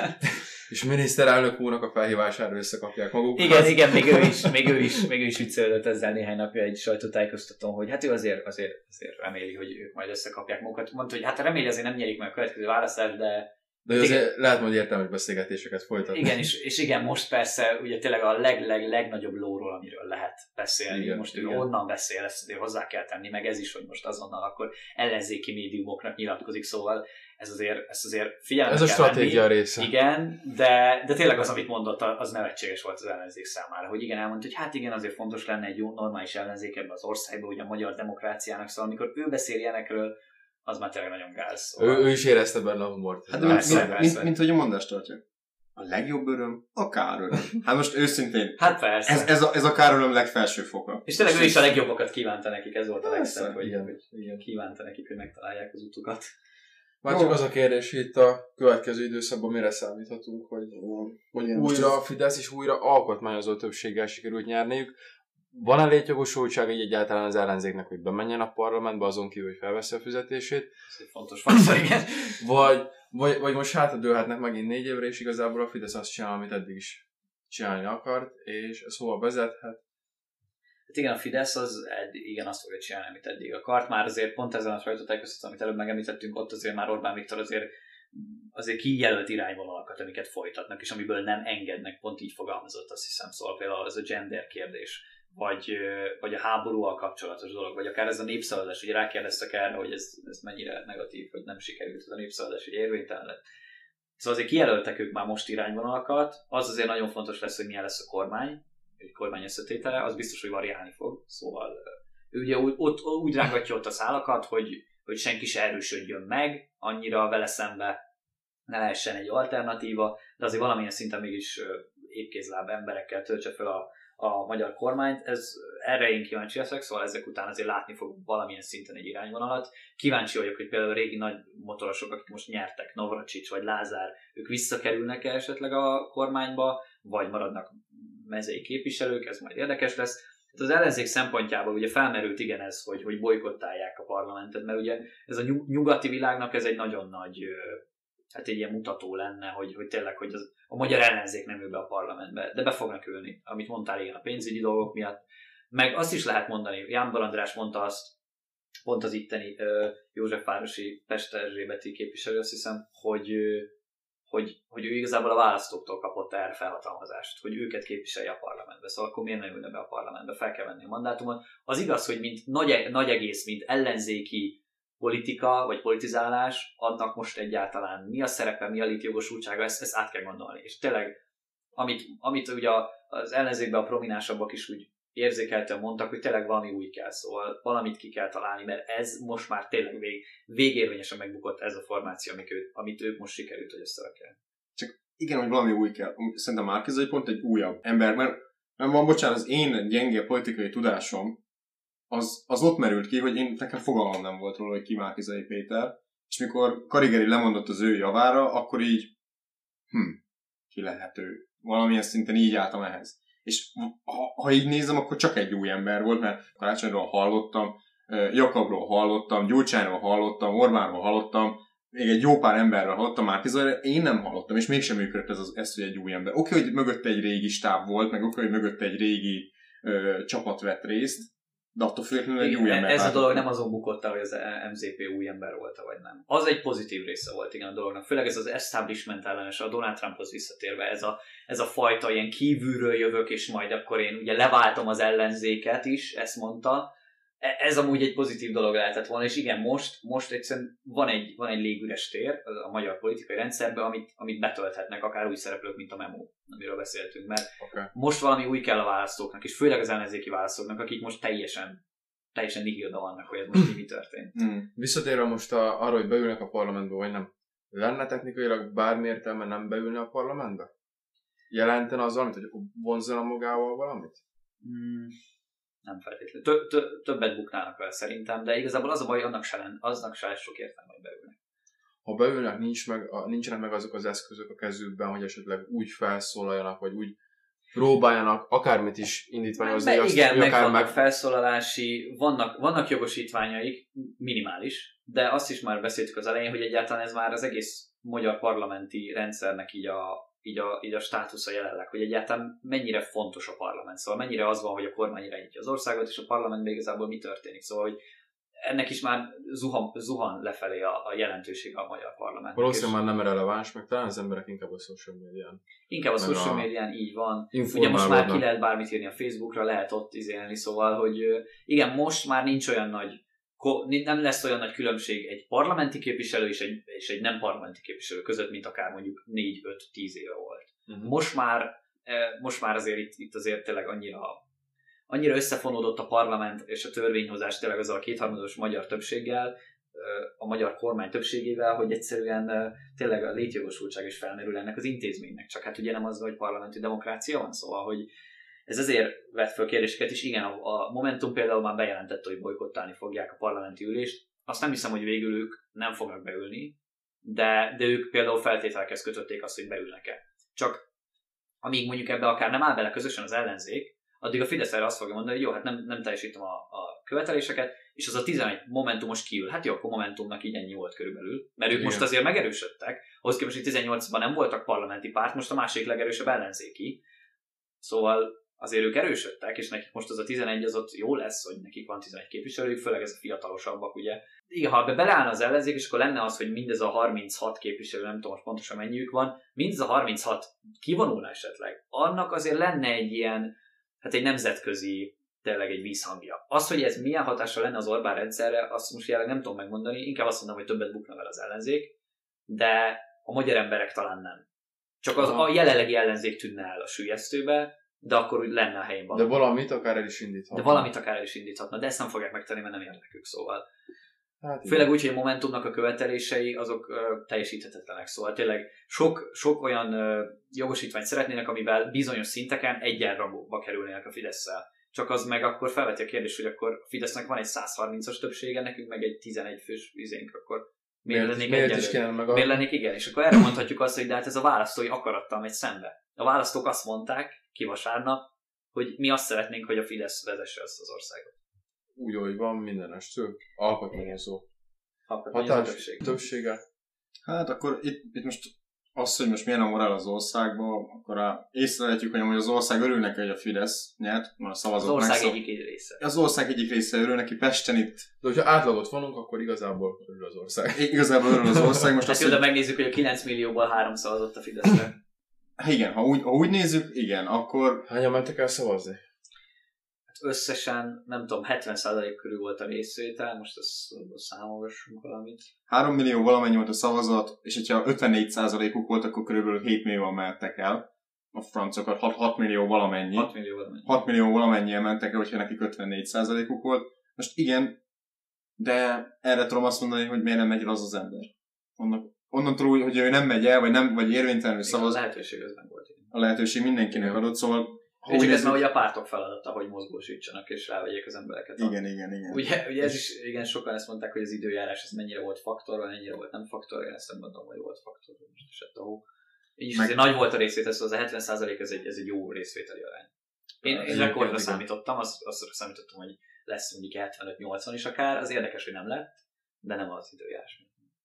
És miniszterelnök úrnak a felhívására összekapják magukat. Igen, még ő is viccelődött ezzel néhány napja egy sajtótájékoztatón, hogy hát ő azért reméli, hogy ők majd összekapják magukat. Mondta, hogy hát reméli azért nem nyerik meg a következő választást, de azért lehet majd értelmes beszélgetéseket folytatni. Igen, és igen, most persze ugye tényleg a legnagyobb lóról, amiről lehet beszélni. Igen, most ő onnan beszél, ezt azért hozzá kell tenni, meg ez is, hogy most azonnal akkor ellenzéki médiumoknak nyilatkozik, szóval ezt azért figyelembe ez a stratégia venni. része. Igen, de tényleg az, amit mondott, az nevetséges volt az ellenzék számára, hogy igen, elmondta, hogy hát igen, azért fontos lenne egy jó normális ellenzék ebben az országban, ugye a magyar demokráciának, szóval amikor ő beszél ilyenekről, az már tényleg nagyon gáz. Szóval... Ő is érezte benne a humort. Hát mint hogy a mondást tartja. A legjobb öröm a káröröm. Hát most őszintén. Hát persze. Ez a káröröm legfelső foka. És tényleg ő is a legjobbakat kívánta nekik, ez volt a legszebb, hogy kívánta nekik, hogy megtalálják az utukat. Már csak az a kérdés, hogy itt a következő időszakban mire számíthatunk, hogy újra a Fidesz és újra alkotmányozó többséggel sikerült nyerniük. Van-e létjogosultsága így egyáltalán az ellenzéknek, hogy bemenjen a parlamentbe, azon kívül, hogy felveszi a fizetését? Ez egy fontos faktor, igen. Vagy most hátradőlhetnek megint 4 évre, és igazából a Fidesz azt csinál, amit eddig is csinálni akart, és ez hova vezethet? Hát igen, a Fidesz igen, azt fogja csinálni, amit eddig akart. Már azért pont ezen a sajtótájékoztatón, amit előbb megemlítettünk, ott azért már Orbán Viktor azért kijelölt irányvonalakat, amiket folytatnak, és amiből nem engednek, pont így fogalmazott, azt hiszem, szóval például ez a gender kérdés, vagy a háborúval kapcsolatos dolog, vagy akár ez a népszavazás, ugye rákérdeztek erre, hogy ez mennyire negatív, hogy nem sikerült ez a népszavazás, hogy érvénytelen lett. Szóval azért kijelöltek ők már most irányvonalakat, az azért nagyon fontos lesz, hogy milyen lesz a kormány, egy kormány összetétele, az biztos, hogy variálni fog, szóval ő ugye úgy rángatja ott a szálakat, hogy senki se erősödjön meg, annyira vele szembe ne lehessen egy alternatíva, de azért valamilyen szinten mégis épkézláb emberekkel töltse fel a magyar kormányt. Erre én kíváncsi leszek, szóval ezek után azért látni fog valamilyen szinten egy irányvonalat. Kíváncsi vagyok, hogy például a régi nagy motorosok, akik most nyertek, Navracsics vagy Lázár, ők visszakerülnek-e esetleg a kormányba, vagy maradnak mezei képviselők, ez majd érdekes lesz. az ellenzék szempontjából ugye felmerült igen ez, hogy bolykottálják a parlamentet, mert ugye ez a nyugati világnak ez egy nagyon nagy, hát egy ilyen mutató lenne, hogy tényleg, hogy a magyar ellenzék nem ül be a parlamentbe, de be fognak ülni, amit mondtál igen, a pénzügyi dolgok miatt. Meg azt is lehet mondani, Jámbor András mondta azt, pont az itteni Józsefvárosi Pest-Erzsébeti képviselő, azt hiszem, hogy ő igazából a választóktól kapott erre felhatalmazást, hogy őket képviselje a parlamentbe. Szóval akkor miért nem ülne be a parlamentbe? Fel kell venni a mandátumot. Az igaz, hogy mint nagy egész, mint ellenzéki politika, vagy politizálás, annak most egyáltalán mi a szerepe, mi a létjogosultsága, ezt át kell gondolni. És tényleg, amit ugye az ellenzékben a prominánsabbak is úgy érzékelten mondtak, hogy tényleg valami új kell, szóval valamit ki kell találni, mert ez most már tényleg végérvényesen megbukott ez a formáció, amit ők most sikerült, hogy összerakják. Csak igen, hogy valami új kell. Szerintem Márki-Zay pont egy újabb ember, mert van, bocsánat, az én gyenge politikai tudásom az ott merült ki, hogy nekem fogalmam nem volt róla, hogy ki Márki-Zay Péter, és mikor Karigeri lemondott az ő javára, akkor így ki lehet ő. Valamilyen szinten így álltam ehhez. És ha így nézem, akkor csak egy új ember volt, mert Karácsonyról hallottam, Jakabról hallottam, Gyurcsányról hallottam, Orbánról hallottam, még egy jó pár emberről hallottam, Márki-Zayra, én nem hallottam, és mégsem működött ez, hogy egy új ember. Oké, hogy mögötte egy régi stáb volt, meg oké, hogy mögötte egy régi csapat vett részt, de attól függetlenül egy új ember. Ez a dolog nem azon bukott el, hogy az MZP új ember volt, vagy nem. Az egy pozitív része volt, igen, a dolognak. Főleg ez az establishment ellenes, a Donald Trumphoz visszatérve, ez a fajta ilyen kívülről jövök, és majd akkor én ugye leváltom az ellenzéket is, ezt mondta. Ez amúgy egy pozitív dolog lehetett volna, és igen, most egyszerűen van egy légüres tér a magyar politikai rendszerben, amit betölthetnek akár új szereplők, mint a Memo, amiről beszéltünk, mert most valami új kell a választóknak, és főleg az ellenzéki választóknak, akik most teljesen nihilda vannak, hogy ez most mi történt. Visszatérve most arra, hogy beülnek a parlamentbe, vagy nem, lenne technikailag bármi értelme nem beülni a parlamentbe? Jelentene az valamit, hogy vonzana magával valamit? Nem feltétlenül. Többet buknának vele szerintem, de igazából az a baj, aznak se lesz sok értelme, hogy beülnek. Ha beülnek, nincsenek meg azok az eszközök a kezükben, hogy esetleg úgy felszólaljanak, vagy úgy próbáljanak akármit is indítványozni. Igen, meg vannak felszólalási, vannak jogosítványaik, minimális, de azt is már beszéltük az elején, hogy egyáltalán ez már az egész magyar parlamenti rendszernek így a státusza jelenleg, hogy egyáltalán mennyire fontos a parlament, szóval mennyire az van, hogy a kormány irányítja az országot, és a parlamentben igazából mi történik, szóval hogy ennek is már zuhan lefelé a jelentősége a magyar parlamentnek. Valószínűleg már nem releváns, meg talán az emberek inkább a social médián. Inkább a social médián, így van. Ugye most már ki lehet bármit írni a Facebookra, lehet ott izélni, szóval, hogy igen, most már nincs olyan nagy, nem lesz olyan nagy különbség egy parlamenti képviselő és egy nem parlamenti képviselő között, mint akár mondjuk 4-5-10 éve volt. Most már azért itt azért tényleg annyira összefonódott a parlament és a törvényhozás tényleg azzal a kétharmados magyar többséggel, a magyar kormány többségével, hogy egyszerűen tényleg a létjogosultság is felmerül ennek az intézménynek. Csak hát ugye nem az, hogy parlamenti demokrácia van, szóval, hogy ez azért vett föl kérdéseket is. Igen, a Momentum például már bejelentette, hogy bolykottálni fogják a parlamenti ülést. Azt nem hiszem, hogy végül ők nem fognak beülni, de ők például feltételekhez kötötték azt, hogy beülnek-e. Csak amíg mondjuk ebbe akár nem áll bele közösen az ellenzék, addig a Fidesz erre azt fogja mondani, hogy jó, hát nem teljesítem a követeléseket, és az a 11 Momentumos kiül. Hát jó, akkor Momentumnak így ennyi volt körülbelül, mert ők most azért megerősödtek. Ahhoz képest, hogy 18-ban nem voltak parlamenti párt, most a másik legerősebb ellenzéki. Szóval azért ők erősödtek, és nekik most az a 11 az ott jó lesz, hogy nekik van 11 képviselőjük, főleg ez a fiatalosabbak, ugye. Igen, ha beleállna az ellenzék, és akkor lenne az, hogy mindez a 36 képviselő, nem tudom most pontosan mennyiük van, mindez a 36 kivonulna esetleg. Annak azért lenne egy ilyen, hát egy nemzetközi, tényleg egy vízhangja. Az, hogy ez milyen hatással lenne az Orbán rendszerre, azt most jelenleg nem tudom megmondani, inkább azt mondom, hogy többet bukna vele az ellenzék, de a magyar emberek talán nem. Csak a jelenlegi ellenzék tűnne el a süllyesztőbe, de akkor úgy lenne a helyén valami. De valamit akár el is indíthatna. De ezt nem fogják megtenni, mert nem érdekük, szóval. Hát főleg úgy, hogy a Momentumnak a követelései azok teljesíthetetlenek, szóval tényleg sok olyan jogosítványt szeretnének, amivel bizonyos szinteken egyenrangúba kerülnének a Fidesszel. Csak az meg akkor felveti a kérdés, hogy akkor a Fidesznek van egy 130-as többsége, nekünk meg egy 11 fős izénk, akkor miért lennék igen? És akkor erre mondhatjuk azt, hogy de hát ez a választói akarattal megy szembe. A választók azt mondták ki vasárnap, hogy mi azt szeretnénk, hogy a Fidesz vezesse ezt az országot. Úgy, hogy van mindenestől. Alkotmányozó. Hatás Többsége. Hát akkor itt most az, hogy most milyen a morál az országban, akkor észrevehetjük, hogy az ország örül neki, hogy a Fidesz nyert, mert a szavazók az ország egyik része. Az ország egyik része örül neki, Pesten itt. De hogyha átlagot vonunk, akkor igazából örül az ország. Igazából örül az ország. Most hát jó, de megnézzük, hogy a 9 millióból 3 szavazott a Fideszre. Igen, ha úgy nézzük, igen, akkor... Hányan mentek el szavazni? Összesen, nem tudom, 70% körül volt a részvétel, most ezt számolgassunk valamit. 3 millió valamennyi volt a szavazat, és hogyha 54%-uk volt, akkor körülbelül 7 millióan mentek el. A francokat 6 millió valamennyi. 6 millió valamennyien mentek el, hogyha nekik 54%-uk volt. Most igen, de erre tudom azt mondani, hogy miért nem megy el az ember. Onnantól, hogy ő nem megy el, vagy érvénytelenül szavaz. A lehetőség az nem volt. A lehetőség mindenkinek adott, szóval... És csak ez már ugye a pártok feladata, hogy mozgósítsanak és rávegyék az embereket. Igen. Ugye ez is, igen, sokan ezt mondták, hogy az időjárás ez mennyire volt faktor, vagy mennyire volt nem faktor, én ezt nem mondom, hogy volt faktor, most esett a hó. Így is azért nagy volt a részvétel, szóval az a 70% ez egy jó részvételi arány. Én rekordra számítottam, azt számítottam, hogy lesz mondjuk 75-80 is akár, az érdekes, hogy nem lett, de nem az időjárás.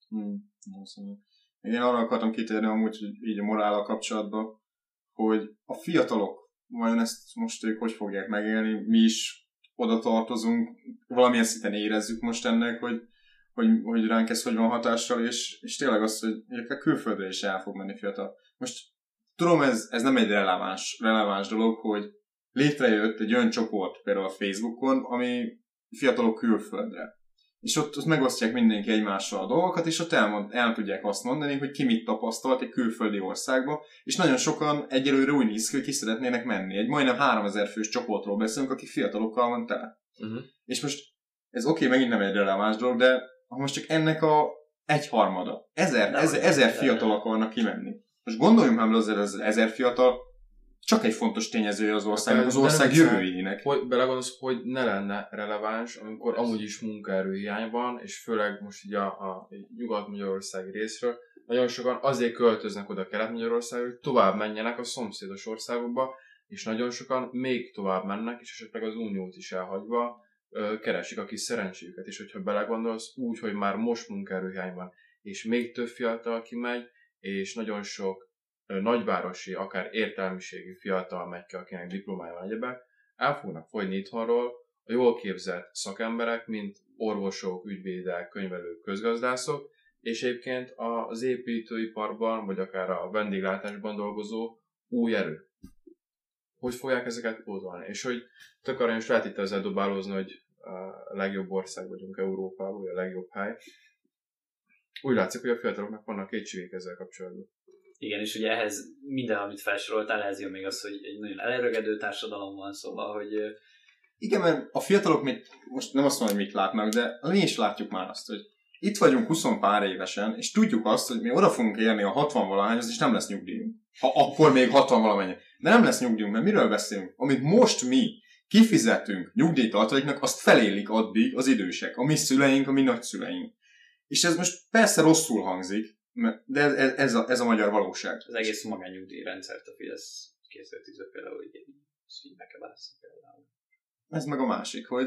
Én arra akartam kitérni amúgy, hogy így a morállal kapcsolatban, hogy a fiatalok vajon ezt most ők hogy fogják megélni, mi is oda tartozunk, valamilyen szinten érezzük most ennek, hogy ránk ez hogy van hatással, és tényleg az, hogy a külföldre is el fog menni fiatal. Most tudom, ez nem egy releváns dolog, hogy létrejött egy olyan csoport például a Facebookon, ami fiatalok külföldre. És ott megosztják mindenki egymással a dolgokat, és ott el tudják azt mondani, hogy ki mit tapasztalt egy külföldi országba, és nagyon sokan egyelőre úgy néz ki, hogy ki szeretnének menni. Egy majdnem 3000 fős csoportról beszélünk, aki fiatalokkal van tele. És most ez oké, megint nem egy releváns dolog, de ha most csak ennek a egyharmada, ezer fiatal akarnak kimenni. Most gondoljunk már az 1000 fiatal, csak egy fontos tényezője az országnak, az ország jövőjének. Hogy belegondolsz, hogy ne lenne releváns, amikor amúgy is munkaerőhiány van, és főleg most így a nyugat-magyarországi részről, nagyon sokan azért költöznek oda Kelet-Magyarországra, hogy tovább menjenek a szomszédos országokba, és nagyon sokan még tovább mennek, és esetleg az uniót is elhagyva keresik a kis szerencséjüket. És hogyha belegondolsz úgy, hogy már most munkaerőhiány van, és még több fiatal kimegy, és nagyon sok nagyvárosi, akár értelmiségű fiatal megy ki, akinek diplomája van egyebek, el fognak fogyni itthonról a jól képzett szakemberek, mint orvosok, ügyvédek, könyvelők, közgazdászok, és egyébként az építőiparban, vagy akár a vendéglátásban dolgozó új erő. Hogy fogják ezeket pótolni? És hogy tök aranyos lehet itt ezzel dobálózni, hogy a legjobb ország vagyunk Európában, vagy a legjobb hely. Úgy látszik, hogy a fiataloknak vannak kétségek ezzel kapcsolatban. Igen, és ugye ehhez minden, amit felsoroltál, ehhez jön még az, hogy egy nagyon elörögedő társadalom van, szóval, hogy... Igen, mert a fiatalok még, most nem azt mondom, hogy mit látnak, de mi is látjuk már azt, hogy itt vagyunk 20 pár évesen, és tudjuk azt, hogy mi oda fogunk érni a 60-valahányhoz, és nem lesz nyugdíjunk. Ha akkor még 60-valamennyi. De nem lesz nyugdíjunk, mert miről beszélünk? Amit most mi kifizetünk nyugdíjtartaléknak, azt felélik addig az idősek, a mi szüleink, a mi nagyszüleink. És ez most persze rosszul hangzik, de ez a magyar valóság. Az egész magánnyugdíjrendszert a Fidesz 2010-ben például így megkebálsz például. Ez meg a másik, hogy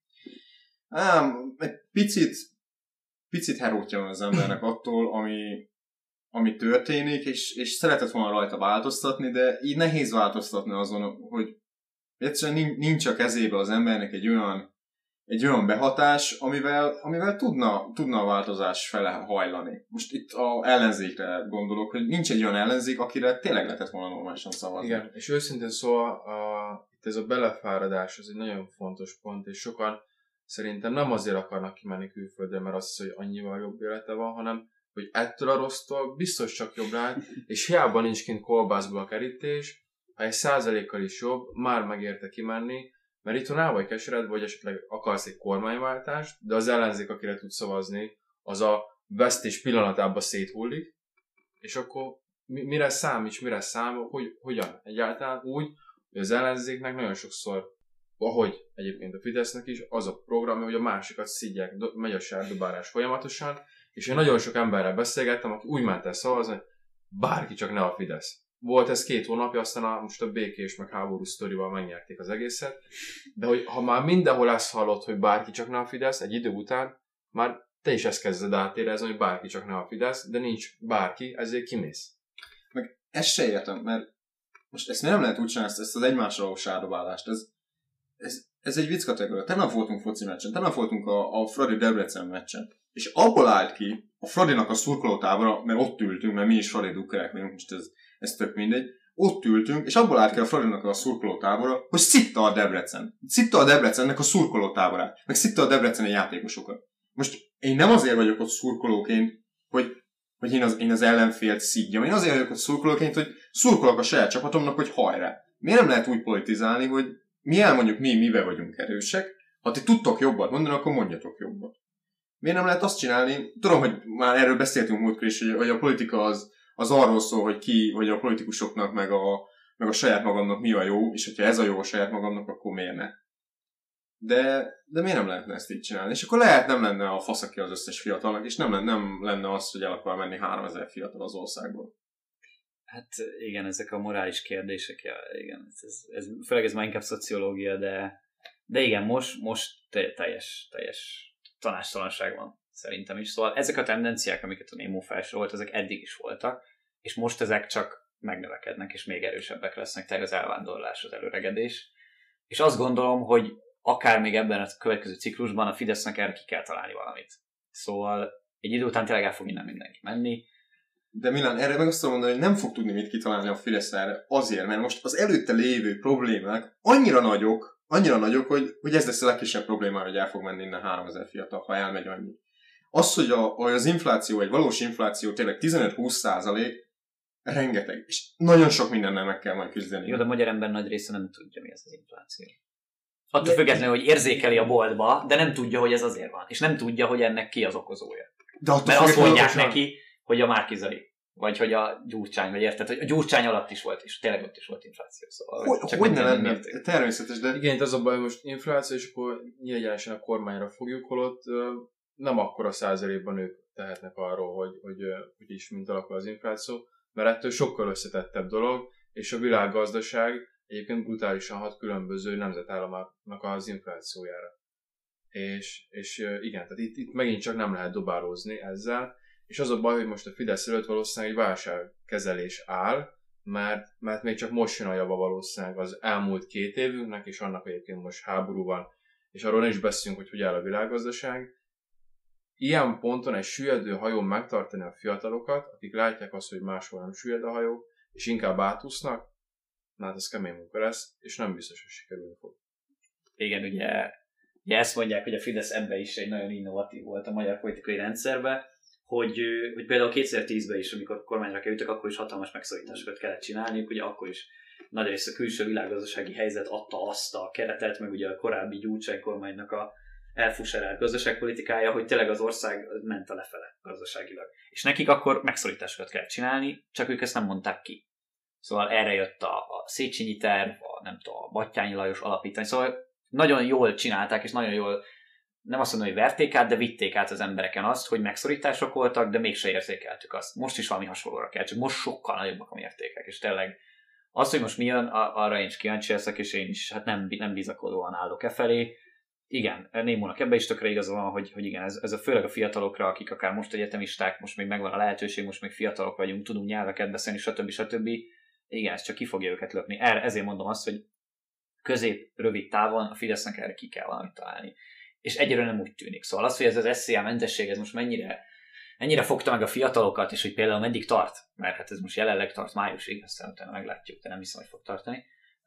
egy picit herótja van az embernek attól, ami történik, és szeretett volna rajta változtatni, de így nehéz változtatni azon, hogy egyszerűen nincs a kezébe az embernek egy olyan behatás, amivel tudna a változás fele hajlani. Most itt az ellenzékre gondolok, hogy nincs egy olyan ellenzék, akire tényleg lehetett volna normálisan szavazni. Igen, és őszintén szóval itt ez a belefáradás, ez egy nagyon fontos pont, és sokan szerintem nem azért akarnak kimenni külföldre, mert azt hisz, hogy annyival jobb élete van, hanem hogy ettől a rossztól biztos csak jobb lehet, és hiába nincs kint kolbászból a kerítés, ha egy 1%-kal is jobb, már megérte kimenni, mert itthon el vagy keseredve, vagy esetleg akarsz egy kormányváltást, de az ellenzék, akire tudsz szavazni, az a vesztés pillanatában széthullik, és akkor mire számít, hogyan? Egyáltalán úgy, hogy az ellenzéknek nagyon sokszor, ahogy egyébként a Fidesznek is, az a program, hogy a másikat szidják, megy a sárdobálás folyamatosan, és én nagyon sok emberrel beszélgettem, aki úgy ment el szavazni, hogy bárki csak ne a Fidesz. volt ez 2 hónapja, aztán most a békés meg háború sztorival megnyerték az egészet, de hogy ha már mindenhol ezt hallod, hogy bárki csak ne a Fidesz, egy idő után már te is ezt kezded átérezni, hogy bárki csak ne a Fidesz, de nincs bárki, ezért kimész. Meg ezt se értem, mert most ezt nem lehet úgy csinálni, ezt az egymásra való sárdobálást. Ez egy vicc kategória. Tegnap voltunk foci meccsen, tegnap voltunk a Fradi Debrecen meccsen, és abból állt ki a Fradinak a szurkolótábora, mert ott ültünk, mert mi is Fradi dukkerek vagyunk, most ez tök mindegy. Ott ültünk, és abból állt ki a Fradinak a szurkolótábora, hogy szitta a Debrecen. Szitta a Debrecennek a szurkolótáborát, meg szitta a debreceni játékosokat. Most én nem azért vagyok ott szurkolóként, hogy én az ellenfélt szidjam. Én azért vagyok ott szurkolóként, hogy szurkolok a saját csapatomnak, hogy hajrá. Miért nem lehet úgy politizálni, hogy mi elmondjuk, mibe vagyunk erősek, ha ti tudtok jobbat mondani, akkor mondjatok jobbat. Miért nem lehet azt csinálni? Tudom, hogy már erről beszéltünk múltkor is, hogy a politika az arról szól, hogy a politikusoknak meg a saját magamnak mi a jó, és hogyha ez a jó a saját magamnak, akkor miért ne? De miért nem lehetne ezt így csinálni? És akkor lehet nem lenne a faszaki az összes fiatalnak, és nem lenne az, hogy el akar menni 3000 fiatal az országból. Hát igen, ezek a morális kérdések, ja, igen, főleg ez már inkább szociológia, de igen, most teljes tanástalanság van szerintem is. Szóval ezek a tendenciák, amiket a Némó felsorolt, ezek eddig is voltak, és most ezek csak megnövekednek, és még erősebbek lesznek, tehát az elvándorlás, az előregedés. És azt gondolom, hogy akár még ebben a következő ciklusban a Fidesznek erre ki kell találni valamit. Szóval egy idő után tényleg el fog innen mindenki menni. De Milán, erre meg azt tudom mondani, hogy nem fog tudni mit kitalálni a Fidesz erre azért, mert most az előtte lévő problémák annyira nagyok, hogy ez lesz a legkisebb probléma, hogy el fog menni innen 3000 fiatal, ha elmegy annyi. Az, hogy az infláció, egy valós infláció tényleg 15-20%, rengeteg, és nagyon sok mindennel meg kell majd küzdeni. Jó, de a magyar ember nagy része nem tudja, mi ez az infláció. Attól függetlenül, hogy érzékeli a boltba, de nem tudja, hogy ez azért van. És nem tudja, hogy ennek ki az okozója. Mert azt mondják neki, hogy a Márki-Zay, vagy hogy a Gyurcsány, vagy érted, hogy a Gyurcsány alatt is volt, és tényleg ott is volt infláció. Szóval, hogy ne lenne? Természetes, de... Igen, itt az a baj, hogy most infláció, és akkor nyilványosan a kormányra fogjuk, holott nem akkora százalékban ők tehetnek arról, hogy is mint alakul az infláció, mert ettől sokkal összetettebb dolog, és a világgazdaság egyébként brutálisan hat különböző nemzetállamoknak az inflációjára. És igen, tehát itt megint csak nem lehet dobálózni ezzel, és az a baj, hogy most a Fidesz előtt valószínűleg egy válságkezelés áll, mert még csak most jön a java valószínűleg az elmúlt 2 évünknek, és annak egyébként most háború van, és arról is beszélünk, hogy áll a világgazdaság. Ilyen ponton egy süllyedő hajón megtartani a fiatalokat, akik látják azt, hogy máshol nem süllyed a hajó, és inkább átúsznak, hát ez kemény munka lesz, és nem biztos, hogy sikerülni fog. Igen, ugye ezt mondják, hogy a Fidesz ebben is egy nagyon innovatív volt a magyar politikai rendszerben, hogy például 2010-ben is, amikor kormányra kerültek, akkor is hatalmas megszorításokat kellett csinálniuk, ugye akkor is nagyrészt a külső világgazdasági helyzet adta azt a keretet, meg ugye a korábbi Gyurcsány kormánynak a elfuserált gazdaságpolitikája, hogy tényleg az ország ment a lefele gazdaságilag. És nekik akkor megszorításokat kellett csinálni, csak ők ezt nem mondták ki. Szóval erre jött a Széchenyi terv, a Batthyány Lajos alapítvány, szóval nagyon jól csinálták, és nagyon jól, nem azt mondom, hogy verték át, de vitték át az embereken azt, hogy megszorítások voltak, de mégse érzékeltük azt. Most is valami hasonlóra kell, csak most sokkal nagyobbak a mértékek, és tényleg az, hogy most mi jön, arra én is kíváncsi leszek, és én is hát nem bizakodóan állok felé. Igen, Némónak ebben is tökre igaza van, hogy igen, ez a főleg a fiatalokra, akik akár most egyetemisták, most még megvan a lehetőség, most még fiatalok vagyunk, tudunk nyelveket beszélni, stb. Igen, ez csak ki fogja őket lökni. Ezért mondom azt, hogy közép-rövid távon a Fidesznek erre ki kell valamit találni. És egyre nem úgy tűnik. Szóval az, hogy ez az SZIA mentesség, ez most mennyire fogta meg a fiatalokat, és hogy például meddig tart, mert hát ez most jelenleg tart májusig, aztán utána meglátjuk, de nem hiszem, hogy fog tartani.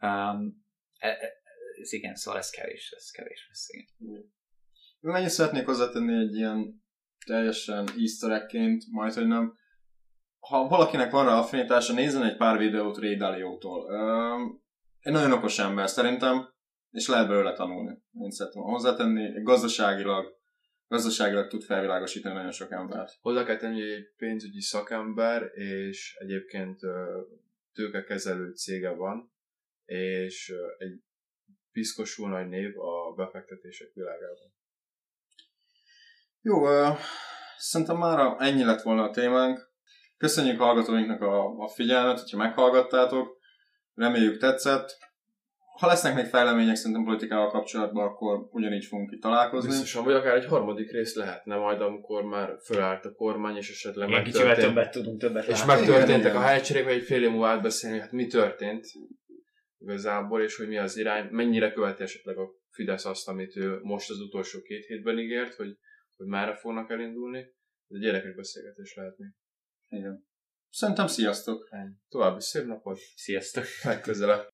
Ez igen, szóval ez kevés lesz, igen. Mennyit szeretnék hozzátenni egy ilyen teljesen easter egg-ként, majd, hogy nem. Ha valakinek van rá affinitása, nézzen egy pár videót Ray Dalio-tól. Egy nagyon okos ember szerintem, és lehet belőle tanulni. Én szeretném hozzátenni, gazdaságilag tud felvilágosítani nagyon sok embert. Hozzá kell tenni, hogy egy pénzügyi szakember, és egyébként tőkekezelő cége van, és egy piszkosul nagy név a befektetések világában. Jó, szerintem mára ennyi lett volna a témánk. Köszönjük hallgatóinknak a figyelmet, hogyha meghallgattátok. Reméljük tetszett. Ha lesznek még fejlemények szerintem politikával kapcsolatban, akkor ugyanígy fogunk itt találkozni. Biztosan, vagy akár egy harmadik rész lehetne majd, amikor már fölállt a kormány, és esetleg Igen, kicsivel többet tudunk, többet és látni. megtörténtek Igen. a helycserék, vagy egy fél év múlva átbeszélni, hát mi történt igazából, és hogy mi az irány, mennyire követi esetleg a Fidesz azt, amit ő most az utolsó 2 hétben ígért, hogy merre fognak elindulni. Ez egy érdekes beszélgetés lehet még. Igen. Szerintem sziasztok! További szép napot, Sziasztok! legközelebb!